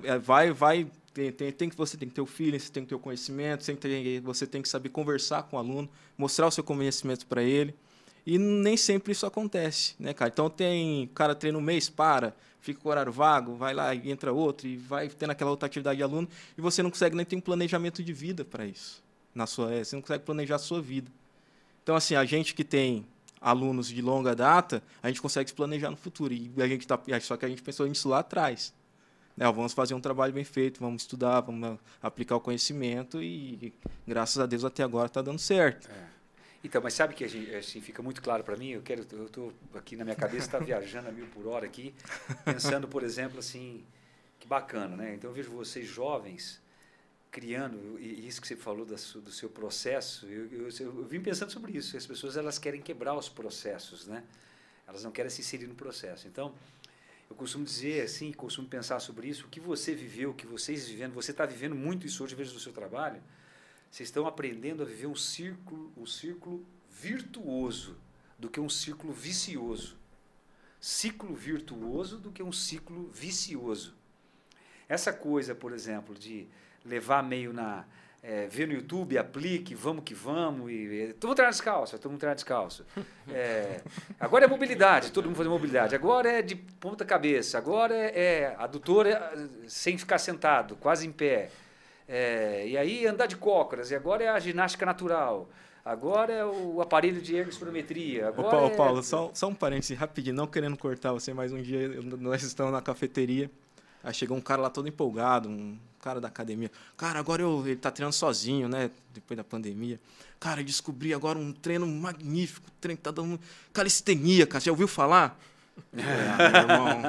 Você tem que ter o feeling, você tem que ter o conhecimento, você tem que saber conversar com o aluno, mostrar o seu conhecimento para ele. E nem sempre isso acontece, né, cara? Então o cara treina um mês, fica com o horário vago, vai lá e entra outro, e vai tendo aquela rotatividade de aluno, e você não consegue nem ter um planejamento de vida para isso. Você não consegue planejar a sua vida. Então, assim, a gente que tem alunos de longa data, a gente consegue se planejar no futuro. Só que a gente pensou nisso lá atrás. Vamos fazer um trabalho bem feito, vamos estudar, vamos aplicar o conhecimento e, graças a Deus, até agora está dando certo. Então, mas sabe que assim, fica muito claro para mim? Eu estou aqui na minha cabeça, está viajando a 1000 por hora aqui, pensando, por exemplo, assim, que bacana, né? Então, eu vejo vocês jovens criando, e isso que você falou do seu processo, eu vim pensando sobre isso. As pessoas, elas querem quebrar os processos, né? Elas não querem se inserir no processo. Então, eu costumo dizer assim, costumo pensar sobre isso, o que você viveu, o que vocês vivendo, você está vivendo muito isso hoje, vejo no seu trabalho, vocês estão aprendendo a viver um círculo virtuoso do que um círculo vicioso. Ciclo virtuoso do que um ciclo vicioso. Essa coisa, por exemplo, de levar meio ver no YouTube, aplique, vamos que vamos, todo mundo treinar descalço. Agora é mobilidade, todo mundo fazer mobilidade. Agora é de ponta cabeça, agora é adutora sem ficar sentado, quase em pé. E aí andar de cócoras, e agora é a ginástica natural. Agora é o aparelho de ergospirometria. Agora Paulo, só um parênteses rapidinho, não querendo cortar você, mas um dia nós estamos na cafeteria, aí chegou um cara lá todo empolgado, um cara da academia. Cara, agora ele tá treinando sozinho, né? Depois da pandemia. Cara, eu descobri agora um treino magnífico, treino que tá dando calistenia, cara. Já ouviu falar? Meu irmão.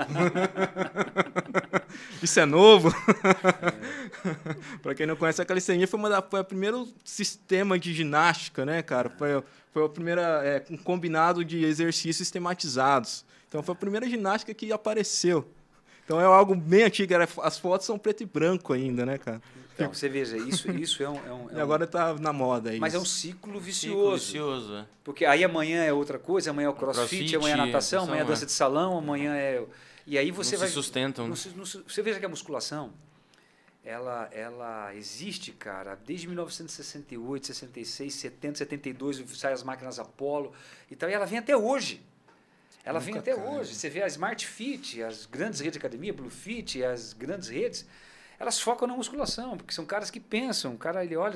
Isso é novo? Para quem não conhece, a calistenia foi o primeiro sistema de ginástica, né, cara? Foi a primeira, um combinado de exercícios sistematizados. Então, foi a primeira ginástica que apareceu. Então, é algo bem antigo. As fotos são preto e branco ainda, né, cara? Então, você veja, isso é E agora tá na moda aí. Mas é um ciclo vicioso. É. Porque aí amanhã é outra coisa, amanhã é o crossfit, amanhã é a natação, amanhã é a dança de salão, amanhã é... E aí você vai... se sustentam. Você veja que a musculação, ela existe, cara, desde 1968, 66, 70, 72, saem as máquinas Apollo e tal, e ela vem até hoje. Ela vem até hoje. Você vê a Smart Fit, as grandes redes de academia, Blue Fit, as grandes redes, elas focam na musculação, porque são caras que pensam. O cara, ele olha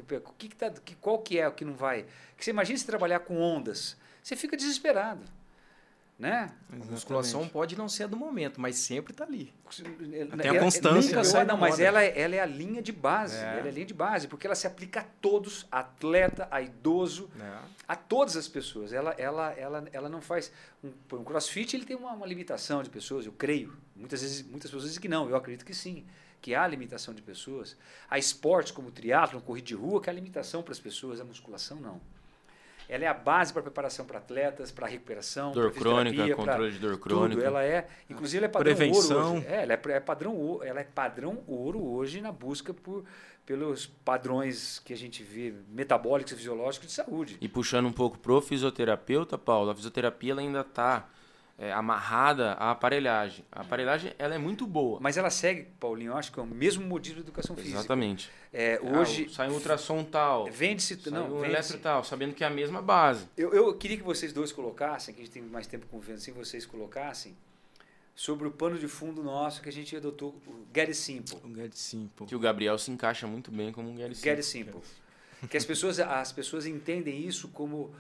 qual que é o que não vai. Que você imagina se trabalhar com ondas, você fica desesperado, né? A musculação pode não ser a do momento, mas sempre está ali. Tem a constância. Nunca sai da moda. Mas ela é a linha de base. Ela é a linha de base, porque ela se aplica a todos, a atleta, a idoso, a todas as pessoas. Ela não faz... Um crossfit ele tem uma limitação de pessoas, eu creio. Muitas pessoas dizem que não, eu acredito que sim. Que há limitação de pessoas. Há esportes como o triatlon, corrida de rua, que há limitação para as pessoas. A musculação, não. Ela é a base para preparação para atletas, para recuperação, dor crônica, controle de dor crônica. Ela é, inclusive, ela é padrão prevenção. ouro hoje. Ela é padrão ouro hoje na busca pelos padrões que a gente vê metabólicos e fisiológicos de saúde. E puxando um pouco pro fisioterapeuta, Paulo, a fisioterapia ela ainda está amarrada à aparelhagem. A aparelhagem ela é muito boa. Mas ela segue, Paulinho, eu acho que é o mesmo modelo de educação física. Exatamente. Hoje sai um ultrassom tal, vende-se um eletro tal, sabendo que é a mesma base. Eu queria que vocês dois colocassem, que a gente tem mais tempo convivendo assim, vocês colocassem sobre o pano de fundo nosso que a gente adotou, o Get It Simple. O Get It Simple. Que o Gabriel se encaixa muito bem como um Get It Simple. Get It Simple. Que as pessoas entendem isso como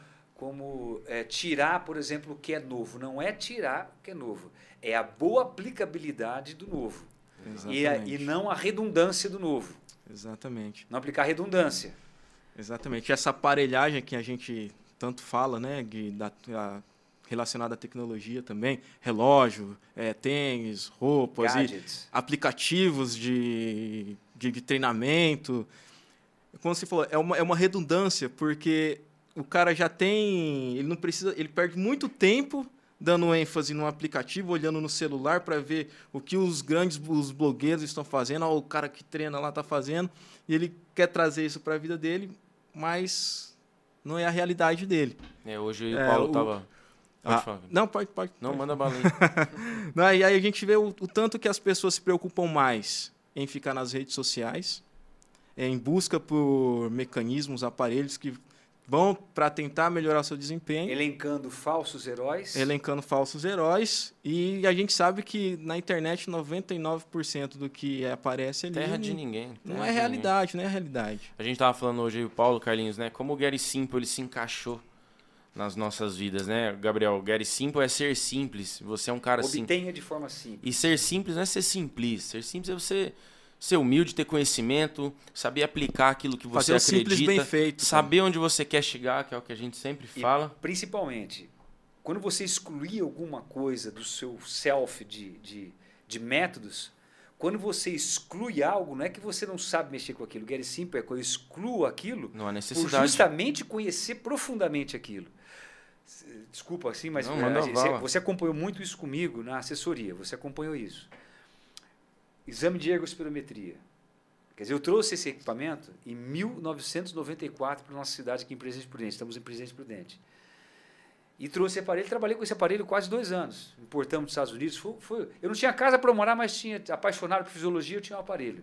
tirar, por exemplo, o que é novo. Não é tirar o que é novo. É a boa aplicabilidade do novo. E não a redundância do novo. Exatamente. Não aplicar redundância. Exatamente. Essa aparelhagem que a gente tanto fala, né, relacionada à tecnologia também, relógio, tênis, roupas, aplicativos de treinamento. Como você falou, é uma redundância, porque o cara já tem... Ele não precisa... Ele perde muito tempo dando ênfase no aplicativo, olhando no celular para ver o que os blogueiros estão fazendo, ou o cara que treina lá está fazendo, e ele quer trazer isso para a vida dele, mas não é a realidade dele. Hoje o Paulo estava... Pode falar. Não, pode. Não, manda bala aí. E aí a gente vê o tanto que as pessoas se preocupam mais em ficar nas redes sociais, em busca por mecanismos, aparelhos que vão para tentar melhorar seu desempenho. Elencando falsos heróis. E a gente sabe que na internet 99% do que aparece ali... Terra de ninguém. Não é realidade. A gente estava falando hoje aí, o Paulo, Carlinhos, né? Como o Get It Simple ele se encaixou nas nossas vidas, né? Gabriel, Get It Simple é ser simples. Você é um cara simples. Obtenha de forma simples. E ser simples não é ser simples. Ser simples é você... ser humilde, ter conhecimento, saber aplicar aquilo que você acredita, simples bem feito, saber onde você quer chegar, que é o que a gente sempre fala. Principalmente, quando você excluir alguma coisa do seu self de métodos, quando você exclui algo, não é que você não sabe mexer com aquilo. Get It Simple é que eu excluo aquilo não há necessidade. por justamente conhecer profundamente aquilo. Desculpa, assim, mas você acompanhou muito isso comigo na assessoria, você acompanhou isso. Exame de ergospirometria. Quer dizer, eu trouxe esse equipamento em 1994 para a nossa cidade aqui em Presidente Prudente. Estamos em Presidente Prudente. E trouxe esse aparelho, trabalhei com esse aparelho quase 2 anos. Importamos dos Estados Unidos. Eu não tinha casa para morar, mas tinha apaixonado por fisiologia, eu tinha um aparelho.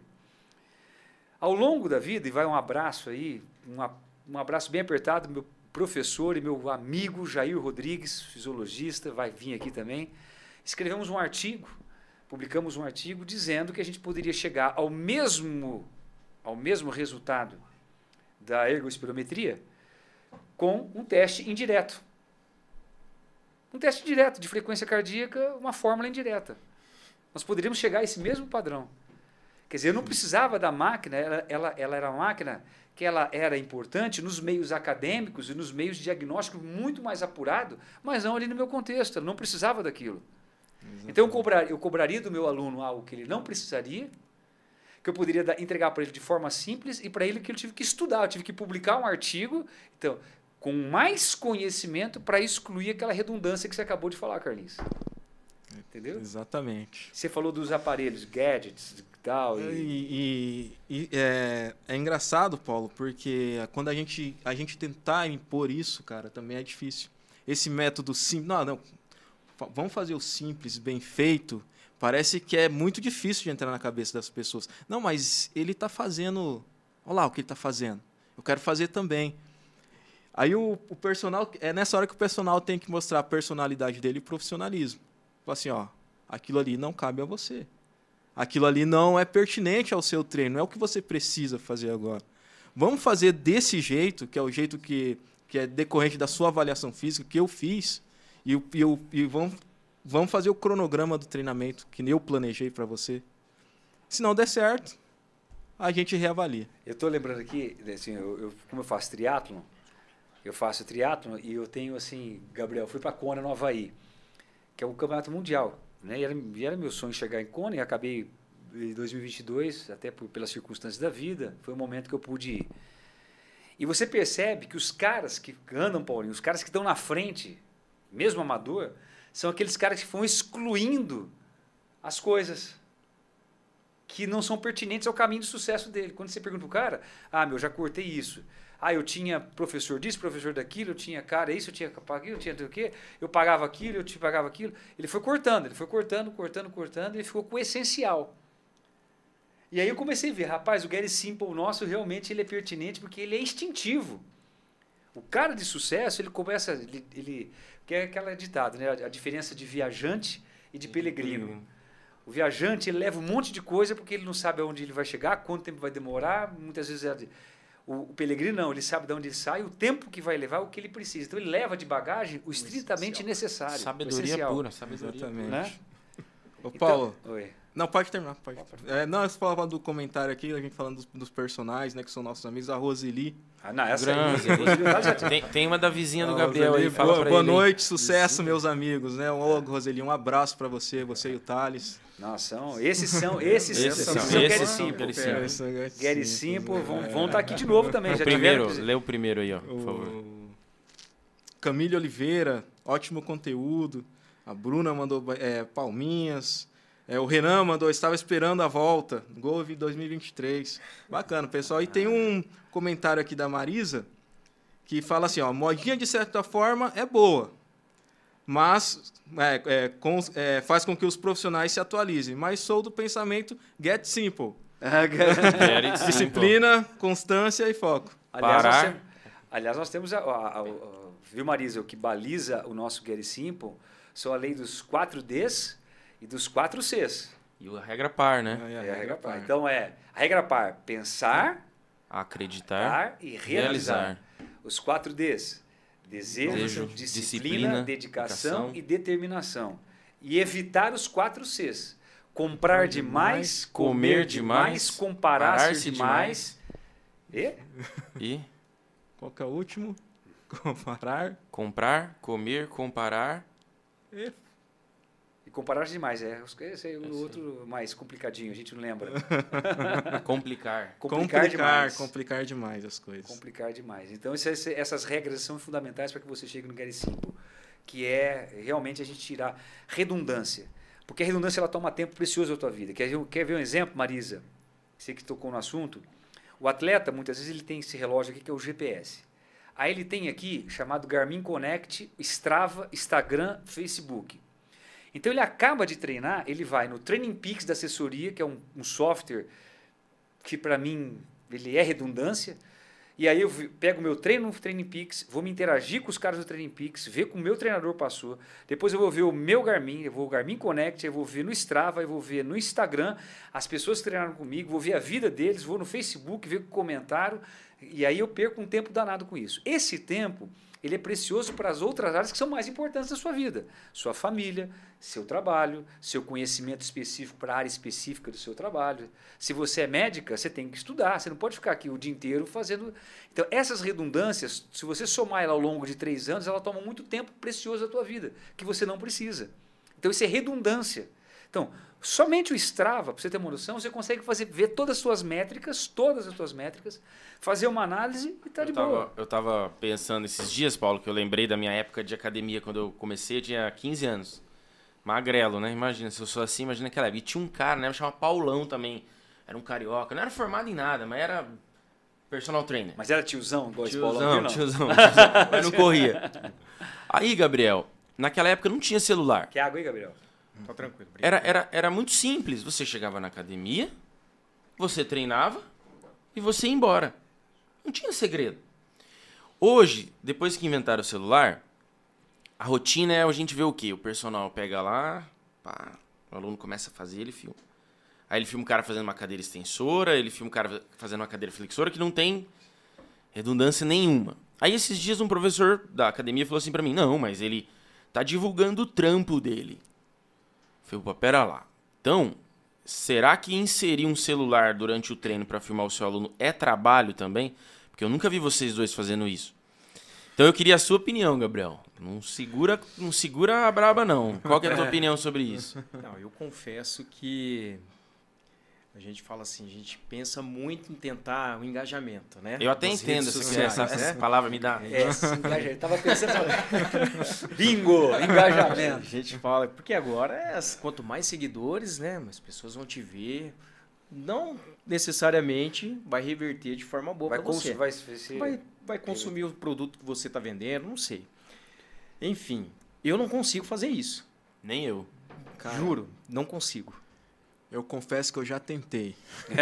Ao longo da vida, e vai um abraço aí, um abraço bem apertado do meu professor e meu amigo Jair Rodrigues, fisiologista, vai vir aqui também. Escrevemos um artigo, publicamos um artigo dizendo que a gente poderia chegar ao mesmo resultado da ergospirometria com um teste indireto. Um teste direto de frequência cardíaca, uma fórmula indireta. Nós poderíamos chegar a esse mesmo padrão. Quer dizer, eu não precisava da máquina, ela era uma máquina que ela era importante nos meios acadêmicos e nos meios de diagnóstico muito mais apurado, mas não ali no meu contexto, eu não precisava daquilo. Exatamente. Então eu cobraria do meu aluno algo que ele não precisaria, que eu poderia entregar para ele de forma simples e para ele que ele tive que estudar, eu tive que publicar um artigo, então, com mais conhecimento para excluir aquela redundância que você acabou de falar, Carlinhos. Entendeu? Exatamente. Você falou dos aparelhos, gadgets, tal. É engraçado, Paulo, porque quando a gente tentar impor isso, cara, também é difícil. Esse método simples... Não, vamos fazer o simples, bem feito. Parece que é muito difícil de entrar na cabeça das pessoas. Não, mas ele está fazendo... Olha lá o que ele está fazendo. Eu quero fazer também. Aí o personal... É nessa hora que o personal tem que mostrar a personalidade dele e o profissionalismo. Fala assim, ó, aquilo ali não cabe a você. Aquilo ali não é pertinente ao seu treino, não é o que você precisa fazer agora. Vamos fazer desse jeito, que é o jeito que é decorrente da sua avaliação física, que eu fiz, e vamos fazer o cronograma do treinamento que eu planejei para você. Se não der certo, a gente reavalia. Eu estou lembrando aqui, assim, como eu faço triatlon, e eu tenho, assim, Gabriel, fui para Kona, no Havaí, que é um campeonato mundial. Né? E era meu sonho chegar em Kona, e acabei em 2022, até pelas circunstâncias da vida, foi o momento que eu pude ir. E você percebe que os caras que andam, Paulinho, os caras que estão na frente, mesmo amador, são aqueles caras que vão excluindo as coisas que não são pertinentes ao caminho de sucesso dele. Quando você pergunta para o cara, já cortei isso. Eu tinha professor disso, professor daquilo, eu tinha isso, eu tinha aquilo, eu tinha o quê? Eu pagava aquilo, eu te pagava aquilo. Ele foi cortando, ele ficou com o essencial. E aí eu comecei a ver, rapaz, o Gary Simple nosso realmente ele é pertinente porque ele é instintivo. O cara de sucesso, ele começa, que é aquela ditada, né? A diferença de viajante e de peregrino. O viajante, ele leva um monte de coisa porque ele não sabe aonde ele vai chegar, quanto tempo vai demorar, muitas vezes o peregrino não, ele sabe de onde ele sai, o tempo que vai levar, o que ele precisa. Então ele leva de bagagem o estritamente necessário. Sabedoria pura, sabedoria. Exatamente. Né? Ô, Paulo, oi. Não, pode terminar. Pode. Não, você falava do comentário aqui, a gente falando dos personagens, né, que são nossos amigos, a Roseli. Essa tem uma da vizinha do Gabriel Roseli, aí, fala pra ele. Boa noite, sucesso, meus amigos, né? Roseli, um abraço pra você e o Thales. Nossa, esses são Gary Simple. Gary Simple vão estar aqui de novo também. Lê o primeiro aí, ó, por favor. Camille Oliveira, ótimo conteúdo. A Bruna mandou palminhas. O Renan mandou, estava esperando a volta. Gol 2023. Bacana, pessoal. E tem um comentário aqui da Marisa que fala assim, ó, modinha de certa forma é boa, mas faz com que os profissionais se atualizem. Mas sou do pensamento get simple. Disciplina, constância e foco. Aliás, nós temos viu, Marisa, o que baliza o nosso Gary Simple são a lei dos 4 Ds e dos 4 Cs. E a regra par, né? A regra par. Então a regra par, pensar, acreditar e realizar. Os 4 Ds, desejo, disciplina, dedicação e determinação. E evitar os 4 Cs. Comprar demais, comer demais, comparar-se demais. E? Qual que é o último? Comprar, comer, comparar. E comparar demais, esse é o outro mais complicadinho, a gente não lembra. Complicar demais as coisas. Complicar demais. Então, essas regras são fundamentais para que você chegue no Gary Simple, que é realmente a gente tirar redundância. Porque a redundância ela toma tempo precioso da tua vida. Quer ver um exemplo, Marisa? Você que tocou no assunto. O atleta, muitas vezes, ele tem esse relógio aqui que é o GPS. Aí ele tem aqui, chamado Garmin Connect, Strava, Instagram, Facebook. Então ele acaba de treinar, ele vai no Training Peaks da assessoria, que é um software que para mim ele é redundância, e aí eu pego o meu treino no Training Peaks, vou me interagir com os caras do Training Peaks, ver como o meu treinador passou, depois eu vou ver o meu Garmin, eu vou o Garmin Connect, eu vou ver no Strava, eu vou ver no Instagram as pessoas que treinaram comigo, vou ver a vida deles, vou no Facebook, ver o comentário, e aí eu perco um tempo danado com isso. Esse tempo, ele é precioso para as outras áreas que são mais importantes da sua vida. Sua família, seu trabalho, seu conhecimento específico para a área específica do seu trabalho. Se você é médica, você tem que estudar, você não pode ficar aqui o dia inteiro fazendo... Então, essas redundâncias, se você somar ela ao longo de 3 anos, ela toma muito tempo precioso da tua vida, que você não precisa. Então, isso é redundância. Então, somente o Strava, para você ter uma noção, você consegue ver todas as suas métricas, fazer uma análise e tá de boa. Eu estava pensando esses dias, Paulo, que eu lembrei da minha época de academia, quando eu comecei, eu tinha 15 anos. Magrelo, né? Imagina, se eu sou assim, imagina aquela época. E tinha um cara, né? Chama Paulão também. Era um carioca, não era formado em nada, mas era personal trainer. Mas era tiozão, igual esse Paulão aqui, não? Tiozão. Mas não corria. Aí, Gabriel, naquela época não tinha celular. Quer água aí, Gabriel? Tá tranquilo. Era muito simples. Você chegava na academia, você treinava e você ia embora. Não tinha segredo. Hoje, depois que inventaram o celular, a rotina é a gente ver o quê? O personal pega lá, pá, o aluno começa a fazer, ele filma. Aí ele filma o cara fazendo uma cadeira extensora, ele filma o cara fazendo uma cadeira flexora, que não tem redundância nenhuma. Aí esses dias um professor da academia falou assim pra mim, não, mas ele tá divulgando o trampo dele. Eu falei, opa, pera lá. Então, será que inserir um celular durante o treino para filmar o seu aluno é trabalho também? Porque eu nunca vi vocês dois fazendo isso. Então eu queria a sua opinião, Gabriel. Não segura a braba, não. Qual que é a tua opinião sobre isso? Não, eu confesso que a gente fala assim, a gente pensa muito em tentar o engajamento, né? Eu até Nas entendo redes essa sociais, palavra me dá. Engajamento. Tava pensando... Bingo! Engajamento. A gente fala, porque agora, quanto mais seguidores, né, mais pessoas vão te ver. Não necessariamente vai reverter de forma boa para você. Vai consumir o produto que você está vendendo, não sei. Enfim, eu não consigo fazer isso. Nem eu. Cara, Juro, não consigo. Eu confesso que eu já tentei.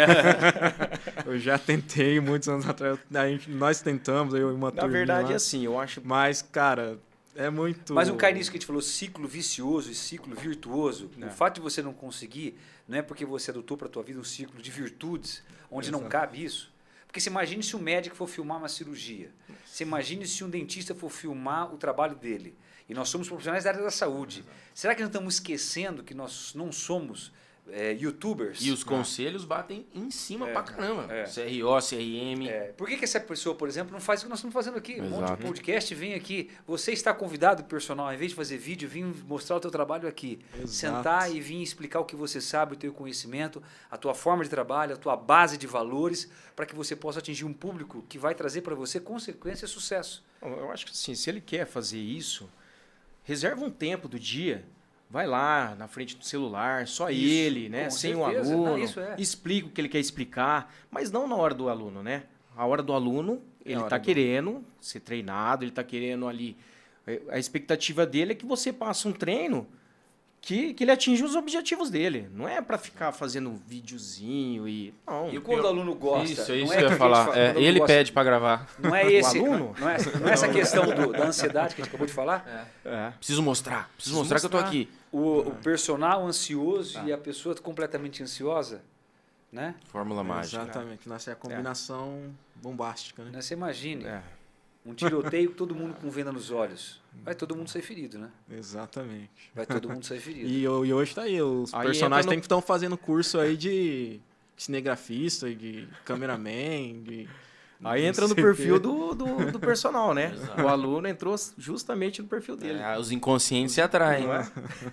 Eu já tentei muitos anos atrás. Nós tentamos, eu e uma turma. Na verdade, lá. assim, eu acho... Mas, cara, é muito... Mas não cai nisso que a gente falou, ciclo vicioso e ciclo virtuoso. Não. O fato de você não conseguir, não é porque você adotou para a tua vida um ciclo de virtudes, onde não cabe isso. Porque você imagine se um médico for filmar uma cirurgia. Você imagine se um dentista for filmar o trabalho dele. E nós somos profissionais da área da saúde. Será que nós estamos esquecendo que nós não somos youtubers? E os conselhos batem em cima pra caramba. CRO, CRM. Por que essa pessoa, por exemplo, não faz o que nós estamos fazendo aqui? Um monte Exato. de podcast, vem aqui. Você está convidado, personal, ao invés de fazer vídeo, vim mostrar o teu trabalho aqui. Exato. Sentar e vir explicar o que você sabe, o teu conhecimento, a tua forma de trabalho, a tua base de valores, para que você possa atingir um público que vai trazer para você consequência e sucesso. Eu acho que assim, se ele quer fazer isso, reserva um tempo do dia, vai lá na frente do celular, só Isso, ele, né? com Sem certeza. o aluno, Não, isso é. explica o que ele quer explicar, mas não na hora do aluno, né? A hora do aluno, ele hora está do- querendo ser treinado, ele está querendo ali... A expectativa dele é que você passe um treino que ele atinja os objetivos dele. Não é para ficar fazendo videozinho e... Não, E quando o aluno gosta... Isso não que é eu ia que a gente falar. fala, quando o aluno Ele gosta- pede pra gravar. Não é esse, aluno? não é essa questão da ansiedade que a gente acabou de falar? Preciso mostrar que eu tô aqui. O personal ansioso e a pessoa completamente ansiosa, né? Fórmula mágica. Exatamente. Nossa, é a combinação bombástica, né? Você imagine É. um tiroteio, todo mundo com venda nos olhos. Vai todo mundo sair ferido, né? Exatamente. Vai todo mundo sair ferido. E hoje tá aí, os Aí personagens entra no- estão fazendo curso aí de cinegrafista, de cameraman, de... Aí entra no perfil do personal, né? O aluno entrou justamente no perfil dele. Os inconscientes se atraem. Não é?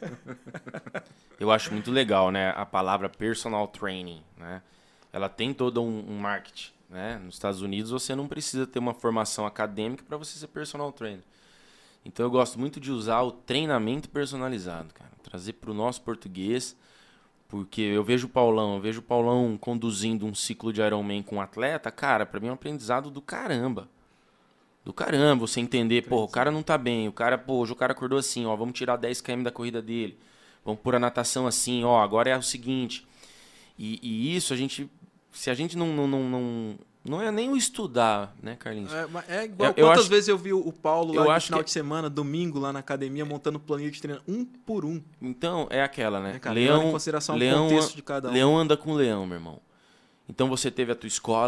Eu acho muito legal, né? A palavra personal training, né? Ela tem todo um marketing, né? Nos Estados Unidos você não precisa ter uma formação acadêmica para você ser personal trainer. Então eu gosto muito de usar o treinamento personalizado, cara. Trazer para o nosso português, porque eu vejo o Paulão conduzindo um ciclo de Ironman com um atleta, cara, para mim é um aprendizado do caramba. Do caramba, você entender, pô, o cara não tá bem, o cara, pô, hoje o cara acordou assim, ó, vamos tirar 10 km da corrida dele, vamos pôr a natação assim, ó, agora é o seguinte. E isso, se a gente não é nem o estudar, né, Carlinhos? É igual, Eu quantas acho- vezes eu vi o Paulo eu lá no acho final que- de semana, domingo, lá na academia, montando planilha de treino, um por um. Então, é aquela, né? Né, cara? Levando em consideração o contexto de cada um. Leão anda com leão, meu irmão. Então você teve a tua escola,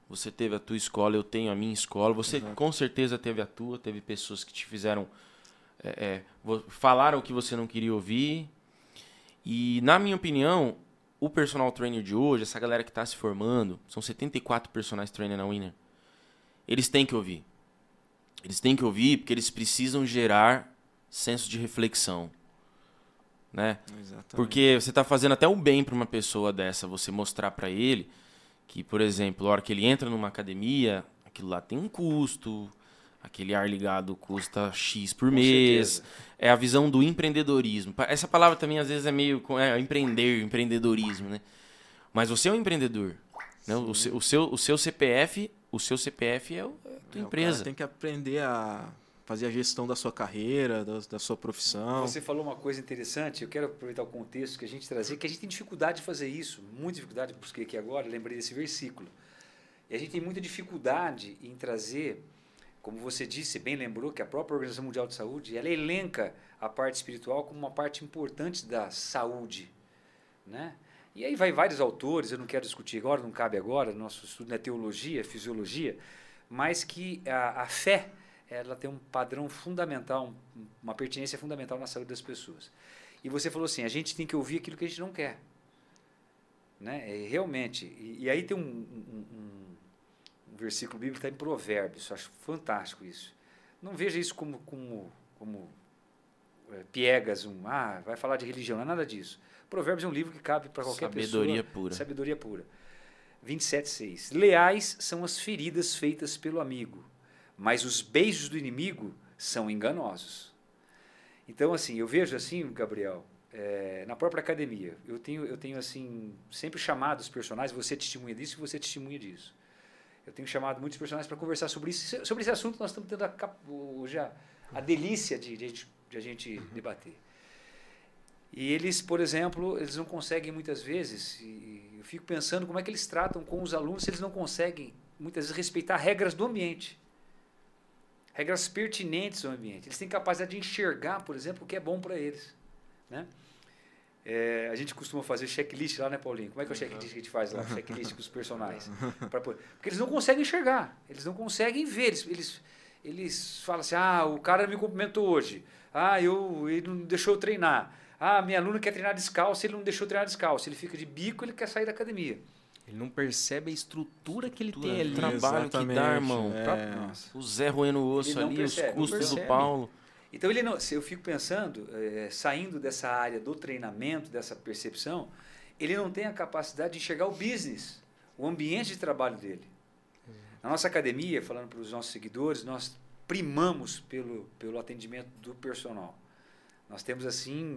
Você teve a tua escola, eu tenho a minha escola. Você Exato. com certeza teve a tua. Teve pessoas que te fizeram... falaram o que você não queria ouvir. E, na minha opinião, o personal trainer de hoje, essa galera que está se formando, são 74 personal trainer na Winner, eles têm que ouvir. Eles têm que ouvir porque eles precisam gerar senso de reflexão. Né? Exatamente. Porque você está fazendo até um bem para uma pessoa dessa, você mostrar para ele que, por exemplo, a hora que ele entra numa academia, aquilo lá tem um custo, aquele ar ligado custa X por mês. certeza. É a visão do empreendedorismo. Essa palavra também às vezes é meio empreendedorismo, né? Mas você é um empreendedor. Né? O seu CPF é a tua O empresa. cara tem que aprender a fazer a gestão da sua carreira, da sua profissão. Você falou uma coisa interessante, eu quero aproveitar o contexto que a gente trazia, que a gente tem dificuldade de fazer isso, muita dificuldade, busquei aqui agora, lembrei desse versículo. E a gente tem muita dificuldade em trazer, como você disse, bem lembrou, que a própria Organização Mundial de Saúde, ela elenca a parte espiritual como uma parte importante da saúde, né? E aí vai vários autores, eu não quero discutir agora, não cabe agora, nosso estudo não é teologia, é fisiologia, mas que a fé, ela tem um padrão fundamental, uma pertinência fundamental na saúde das pessoas. E você falou assim, a gente tem que ouvir aquilo que a gente não quer. Né? Realmente. E aí tem um versículo bíblico que está em Provérbios, eu acho fantástico isso. Não veja isso como piegas, vai falar de religião, não é nada disso. Provérbios é um livro que cabe para qualquer Sabedoria pessoa. pura. Sabedoria pura. 27:6. Leais são as feridas feitas pelo amigo, mas os beijos do inimigo são enganosos. Então, assim, eu vejo assim, Gabriel, na própria academia, eu tenho assim, sempre chamado os personagens, você testemunha disso e você testemunha disso. Eu tenho chamado muitos personagens para conversar sobre isso. Sobre esse assunto, nós estamos tendo a delícia de a gente debater. E eles, por exemplo, eles não conseguem muitas vezes, e eu fico pensando como é que eles tratam com os alunos se eles não conseguem, muitas vezes, respeitar regras do ambiente. Regras pertinentes ao ambiente. Eles têm capacidade de enxergar, por exemplo, o que é bom para eles. Né? A gente costuma fazer checklist lá, né, Paulinho? Como é que é o checklist que a gente faz lá? Checklist com os personagens. Porque eles não conseguem enxergar, eles não conseguem ver. Eles falam assim, o cara me cumprimentou hoje. Ele não deixou eu treinar. Minha aluna quer treinar descalço, ele não deixou eu treinar descalço. Ele fica de bico, ele quer sair da academia. Ele não percebe a estrutura que ele tem O ali. trabalho Exatamente, que dá, irmão. Nossa. O Zé roendo o osso Ele não ali, percebe, os não custos do percebe. Paulo. Então, eu fico pensando, saindo dessa área do treinamento, dessa percepção, ele não tem a capacidade de enxergar o business, o ambiente de trabalho dele. Na nossa academia, falando para os nossos seguidores, nós primamos pelo atendimento do personal. Nós temos, assim,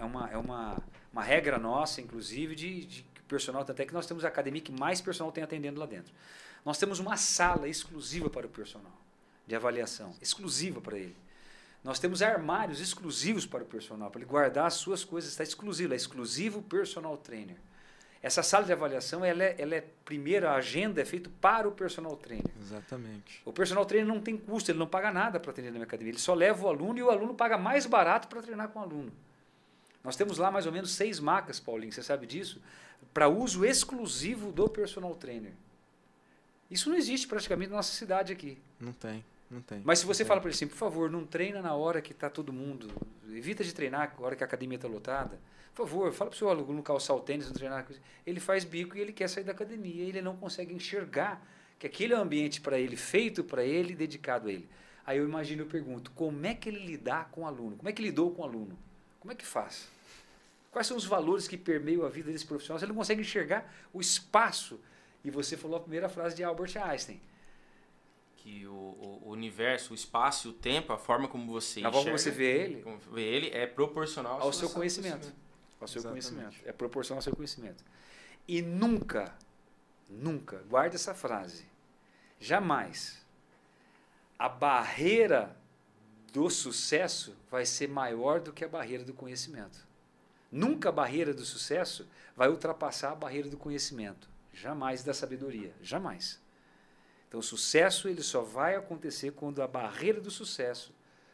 uma regra nossa, inclusive, de personal, tanto é que nós temos a academia que mais personal tem atendendo lá dentro. Nós temos uma sala exclusiva para o personal, de avaliação, exclusiva para ele. Nós temos armários exclusivos para o personal, para ele guardar as suas coisas, está exclusivo, é exclusivo personal trainer. Essa sala de avaliação, primeiro, a agenda é feita para o personal trainer. Exatamente. O personal trainer não tem custo, ele não paga nada para atender na minha academia, ele só leva o aluno e o aluno paga mais barato para treinar com o aluno. Nós temos lá mais ou menos 6 macas, Paulinho, você sabe disso, para uso exclusivo do personal trainer. Isso não existe praticamente na nossa cidade aqui. Não tem. Mas se você fala para ele assim, por favor, não treina na hora que está todo mundo, evita de treinar na hora que a academia está lotada. Por favor, fala para o seu aluno calçar o tênis, não treinar. Ele faz bico e ele quer sair da academia. Ele não consegue enxergar que aquele é um ambiente para ele, feito para ele, dedicado a ele. Aí eu imagino, eu pergunto, como é que ele lidar com o aluno? Como é que lidou com o aluno? Como é que faz? Quais são os valores que permeiam a vida desse profissional? Você não consegue enxergar o espaço. E você falou a primeira frase de Albert Einstein. Que o universo, o espaço e o tempo, a forma como você A forma como você vê ele é proporcional ao seu conhecimento. Ao seu conhecimento. É proporcional ao seu conhecimento. E nunca, guarde essa frase, jamais a barreira do sucesso vai ser maior do que a barreira do conhecimento. Nunca a barreira do sucesso vai ultrapassar a barreira do conhecimento. Jamais da sabedoria. Jamais. Então, o sucesso ele só vai acontecer quando a barreira do sucesso,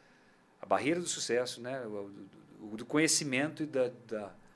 né, do conhecimento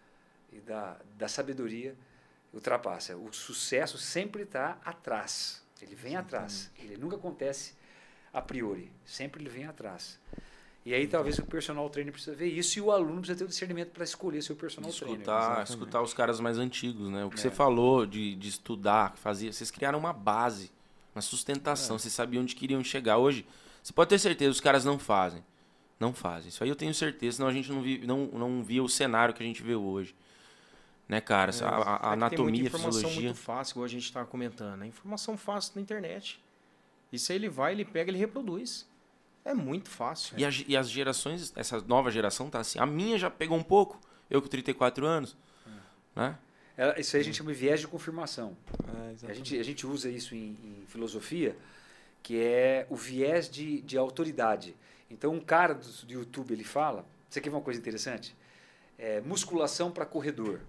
e da sabedoria ultrapassa. O sucesso sempre está atrás. Ele vem atrás. Ele nunca acontece a priori. Sempre ele vem atrás. E aí talvez o personal trainer precisa ver isso e o aluno precisa ter o discernimento para escolher seu personal trainer. Escutar os caras mais antigos, né? O que você falou de estudar, fazer, vocês criaram uma base, uma sustentação, vocês sabiam onde queriam chegar. Hoje, você pode ter certeza, os caras não fazem. Não fazem. Isso aí eu tenho certeza, senão a gente não via o cenário que a gente vê hoje. Né, cara? A anatomia, tem muita a informação fisiologia. muito fácil, igual a gente estava comentando. É informação fácil na internet. Isso aí ele vai, ele pega, ele reproduz. É muito fácil. E as gerações, essa nova geração tá assim. A minha já pegou um pouco, eu com 34 anos. Né? Isso aí a gente chama de viés de confirmação. É, A gente usa isso em filosofia, que é o viés de autoridade. Então, um cara do YouTube, ele fala... Isso aqui é uma coisa interessante. Musculação para corredor.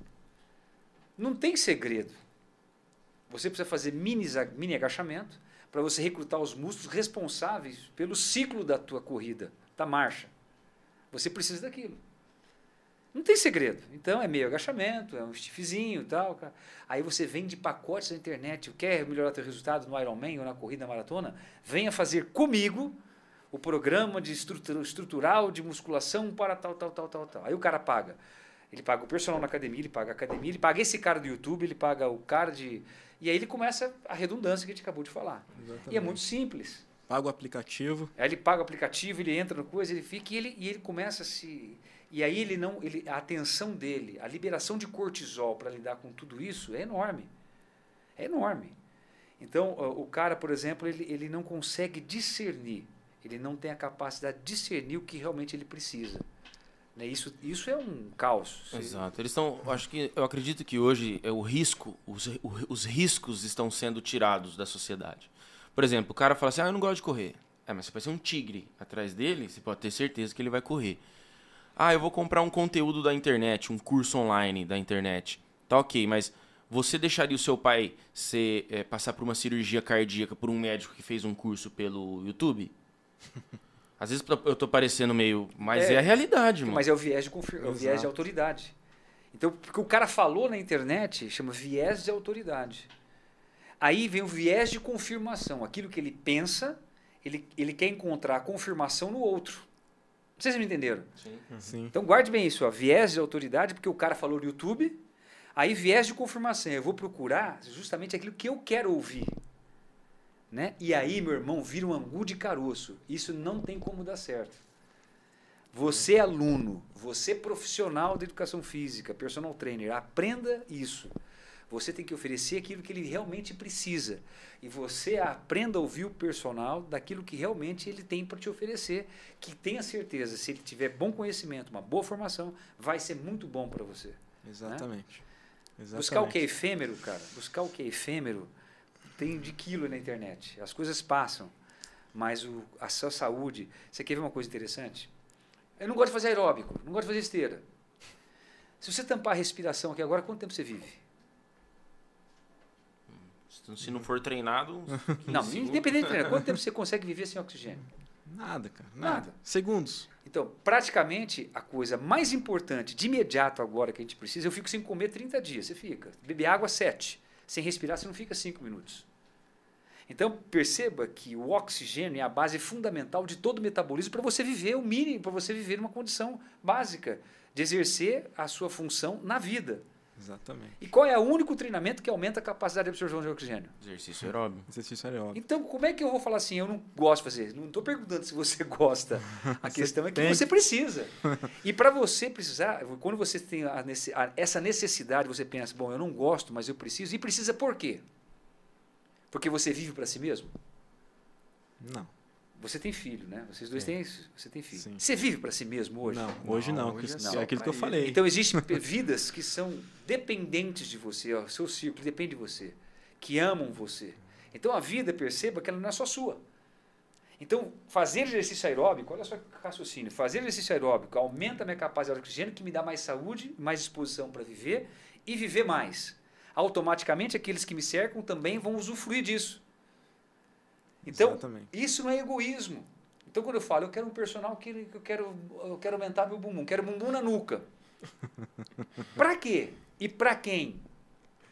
Não tem segredo. Você precisa fazer mini agachamento para você recrutar os músculos responsáveis pelo ciclo da tua corrida, da marcha. Você precisa daquilo. Não tem segredo. Então, é meio agachamento, é um stiffzinho e tal. Cara. Aí você vende pacotes na internet. Quer melhorar teu resultado no Ironman ou na corrida maratona? Venha fazer comigo o programa de estrutural de musculação para tal. Aí o cara paga. Ele paga o personal na academia, ele paga a academia, ele paga esse cara do YouTube, ele paga o cara de... E aí ele começa a redundância que a gente acabou de falar. Exatamente. E é muito simples. Paga o aplicativo. Aí ele paga o aplicativo, ele entra no coisa, ele fica e ele começa a se... E aí a atenção dele, a liberação de cortisol para lidar com tudo isso é enorme. É enorme. Então, o cara, por exemplo, ele não consegue discernir. Ele não tem a capacidade de discernir o que realmente ele precisa. Né? Isso é um caos. Exato. Eles estão, eu acredito que hoje o risco, os riscos estão sendo tirados da sociedade. Por exemplo, o cara fala assim, eu não gosto de correr. Mas se aparecer um tigre atrás dele, você pode ter certeza que ele vai correr. Eu vou comprar um conteúdo da internet, um curso online da internet. Tá ok, mas você deixaria o seu pai passar por uma cirurgia cardíaca por um médico que fez um curso pelo YouTube? Às vezes eu tô parecendo meio... Mas é a realidade, mano. Mas é o viés de autoridade. Então, porque o cara falou na internet, chama viés de autoridade. Aí vem o viés de confirmação. Aquilo que ele pensa, ele quer encontrar a confirmação no outro. Não sei se vocês me entenderam. Sim. Então, guarde bem isso. Viés de autoridade, porque o cara falou no YouTube. Aí, viés de confirmação. Eu vou procurar justamente aquilo que eu quero ouvir. Né? E aí, meu irmão, vira um angu de caroço. Isso não tem como dar certo. Você, aluno, você profissional da educação física, personal trainer, aprenda isso. Você tem que oferecer aquilo que ele realmente precisa. E você aprenda a ouvir o personal daquilo que realmente ele tem para te oferecer. Que tenha certeza, se ele tiver bom conhecimento, uma boa formação, vai ser muito bom para você. Exatamente. Né? Buscar o que é efêmero, cara. Buscar o que é efêmero tem de quilo na internet. As coisas passam. Mas a sua saúde... Você quer ver uma coisa interessante? Eu não gosto de fazer aeróbico, não gosto de fazer esteira. Se você tampar a respiração aqui agora, quanto tempo você vive? Se não for treinado... Não, independente de treinar. Quanto tempo você consegue viver sem oxigênio? Nada, cara. Nada. Segundos. Então, praticamente, a coisa mais importante, de imediato agora que a gente precisa, eu fico sem comer 30 dias. Você fica. Beber água 7. Sem respirar, você não fica 5 minutos. Então, perceba que o oxigênio é a base fundamental de todo o metabolismo para você viver o mínimo, para você viver uma condição básica de exercer a sua função na vida. Exatamente. E qual é o único treinamento que aumenta a capacidade de absorção de oxigênio? Exercício aeróbio. Exercício aeróbico. Então, como é que eu vou falar assim, eu não gosto de fazer? Não estou perguntando se você gosta. A questão é que você precisa. E para você precisar, quando você tem essa necessidade, você pensa, bom, eu não gosto, mas eu preciso. E precisa por quê? Porque você vive para si mesmo? Não. Você tem filho, né? Vocês dois você tem filho. Sim. Você vive para si mesmo hoje? Não, hoje não. Hoje É aquilo que eu falei. Então, existem vidas que são dependentes de você, o seu círculo depende de você, que amam você. Então, a vida, perceba que ela não é só sua. Então, fazer exercício aeróbico, olha só o raciocínio, fazer exercício aeróbico aumenta a minha capacidade de oxigênio, que me dá mais saúde, mais disposição para viver e viver mais. Automaticamente, aqueles que me cercam também vão usufruir disso. Então, Exatamente. isso não é egoísmo. Então, quando eu falo, eu quero um personal que eu quero aumentar meu bumbum, quero bumbum na nuca. Para quê? E para quem?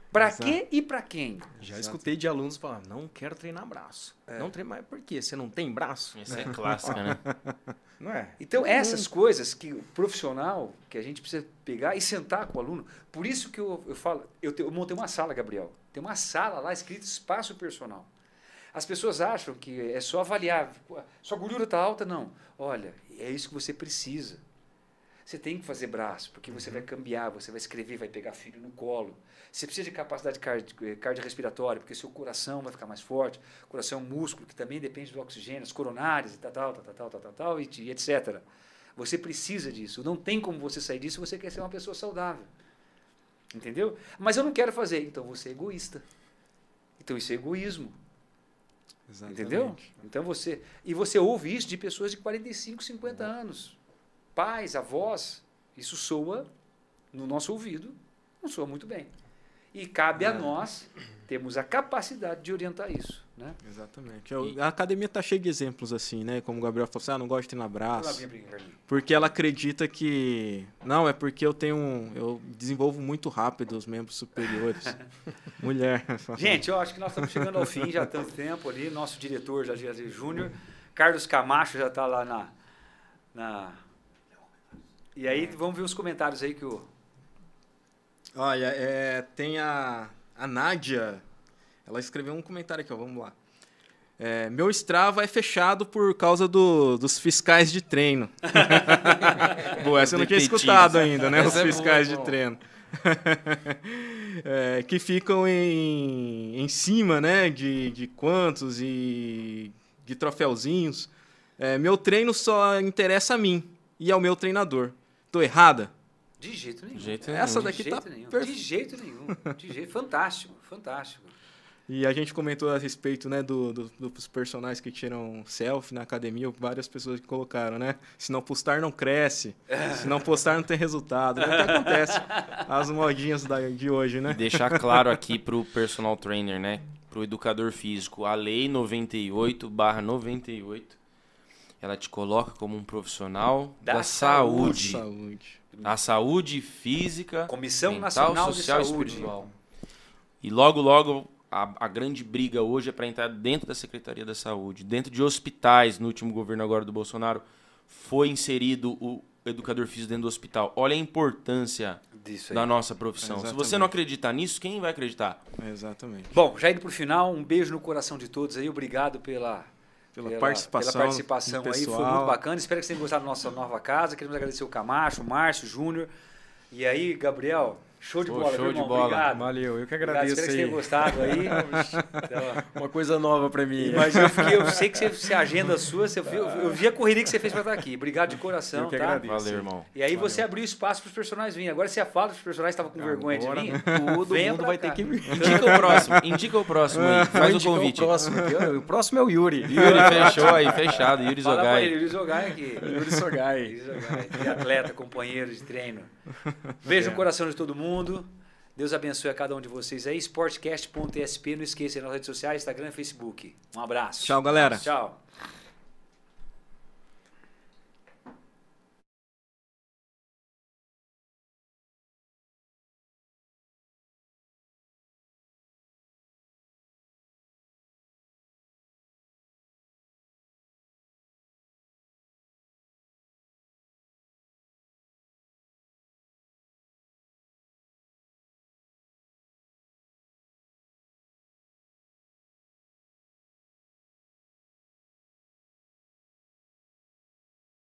Para Exato. quê e para quem? Já Exato. escutei de alunos falar, não quero treinar braço. Não treino mais por quê? Você não tem braço? Essa é clássica, né? Não é? Então, essas coisas que o profissional, que a gente precisa pegar e sentar com o aluno, por isso que eu falo, eu montei uma sala, Gabriel, tem uma sala lá escrita espaço personal. As pessoas acham que é só avaliar, sua gordura está alta, não. Olha, é isso que você precisa. Você tem que fazer braço, porque você vai cambiar, você vai escrever, vai pegar filho no colo. Você precisa de capacidade cardiorrespiratória, porque seu coração vai ficar mais forte. O coração é um músculo que também depende do oxigênio, as coronárias e tal, e etc. Você precisa disso. Não tem como você sair disso se você quer ser uma pessoa saudável. Entendeu? Mas eu não quero fazer. Então você é egoísta. Então isso é egoísmo. Exatamente. Entendeu? Então você ouve isso de pessoas de 45, 50 anos. Pais, avós, isso soa no nosso ouvido, não soa muito bem. E cabe a nós termos a capacidade de orientar isso, né? Exatamente. A academia está cheia de exemplos assim, né? Como o Gabriel falou assim, não gosto de treinar Lá braço. vem a briga, Carlinhos. Porque ela acredita que... Não, é porque eu desenvolvo muito rápido os membros superiores. Mulher. Gente, eu acho que nós estamos chegando ao fim, já há tanto tempo ali. Nosso diretor, Jair Júnior. Carlos Camacho já está lá na... E aí, vamos ver os comentários aí que o... Olha, tem a Nádia. Ela escreveu um comentário aqui, ó, vamos lá. Meu Strava é fechado por causa dos fiscais de treino. Boa, essa eu não tinha escutado ainda, né? Os Essa é fiscais boa, de bom. treino. Que ficam em cima, né? De quantos e de troféuzinhos. Meu treino só interessa a mim e ao meu treinador. Tô errada? De jeito nenhum. De jeito Essa nenhum. daqui de tá jeito nenhum. perfeita. De jeito nenhum. De jeito... Fantástico, fantástico. E a gente comentou a respeito, né, dos personagens que tiram selfie na academia, várias pessoas que colocaram, né? Se não postar, não cresce. Se não postar, não tem resultado. É o que acontece. As modinhas de hoje, né? E deixar claro aqui pro personal trainer, né? Pro educador físico, a lei 98/98, ela te coloca como um profissional da saúde. Saúde. A saúde física, Comissão mental, Nacional de social e Saúde. espiritual. E logo, a grande briga hoje é para entrar dentro da Secretaria da Saúde, dentro de hospitais. No último governo agora do Bolsonaro, foi inserido o educador físico dentro do hospital. Olha a importância Disso aí. da nossa profissão. Exatamente. Se você não acreditar nisso, quem vai acreditar? Exatamente. Bom, já indo para o final, um beijo no coração de todos aí. Obrigado pela participação do pessoal. Foi muito bacana. Espero que vocês tenham gostado da nossa nova casa. Queremos agradecer o Camacho, o Márcio, o Júnior. E aí, Gabriel, show de Pô, bola, show meu de irmão. bola. Obrigado. Valeu, eu que Obrigado. agradeço Espero que vocês tenham aí. gostado aí. Então, Uma coisa nova pra mim. mas eu sei que você agenda sua, eu vi a correria que você fez para estar aqui. Obrigado de coração, Eu que tá? agradeço. Valeu, irmão. E aí você abriu espaço para os personagens virem. Agora você fala dos personagens que estavam com vergonha de Agora vir. todo venha mundo pra vai cá. ter que vir. Indica o próximo aí. Faz Vou o indicar convite. O próximo é o Yuri. Yuri fechou aí, fechado. Yuri Fala pra ele, Zogai. Yuri Zogai aqui. Yuri Sogai. Yuri Zogai, de atleta, companheiro de treino. Beijo no coração de todo mundo. Deus abençoe a cada um de vocês aí. Sportcast.sp. Não esqueça nas redes sociais, Instagram e Facebook. Um abraço. Tchau, galera. Tchau.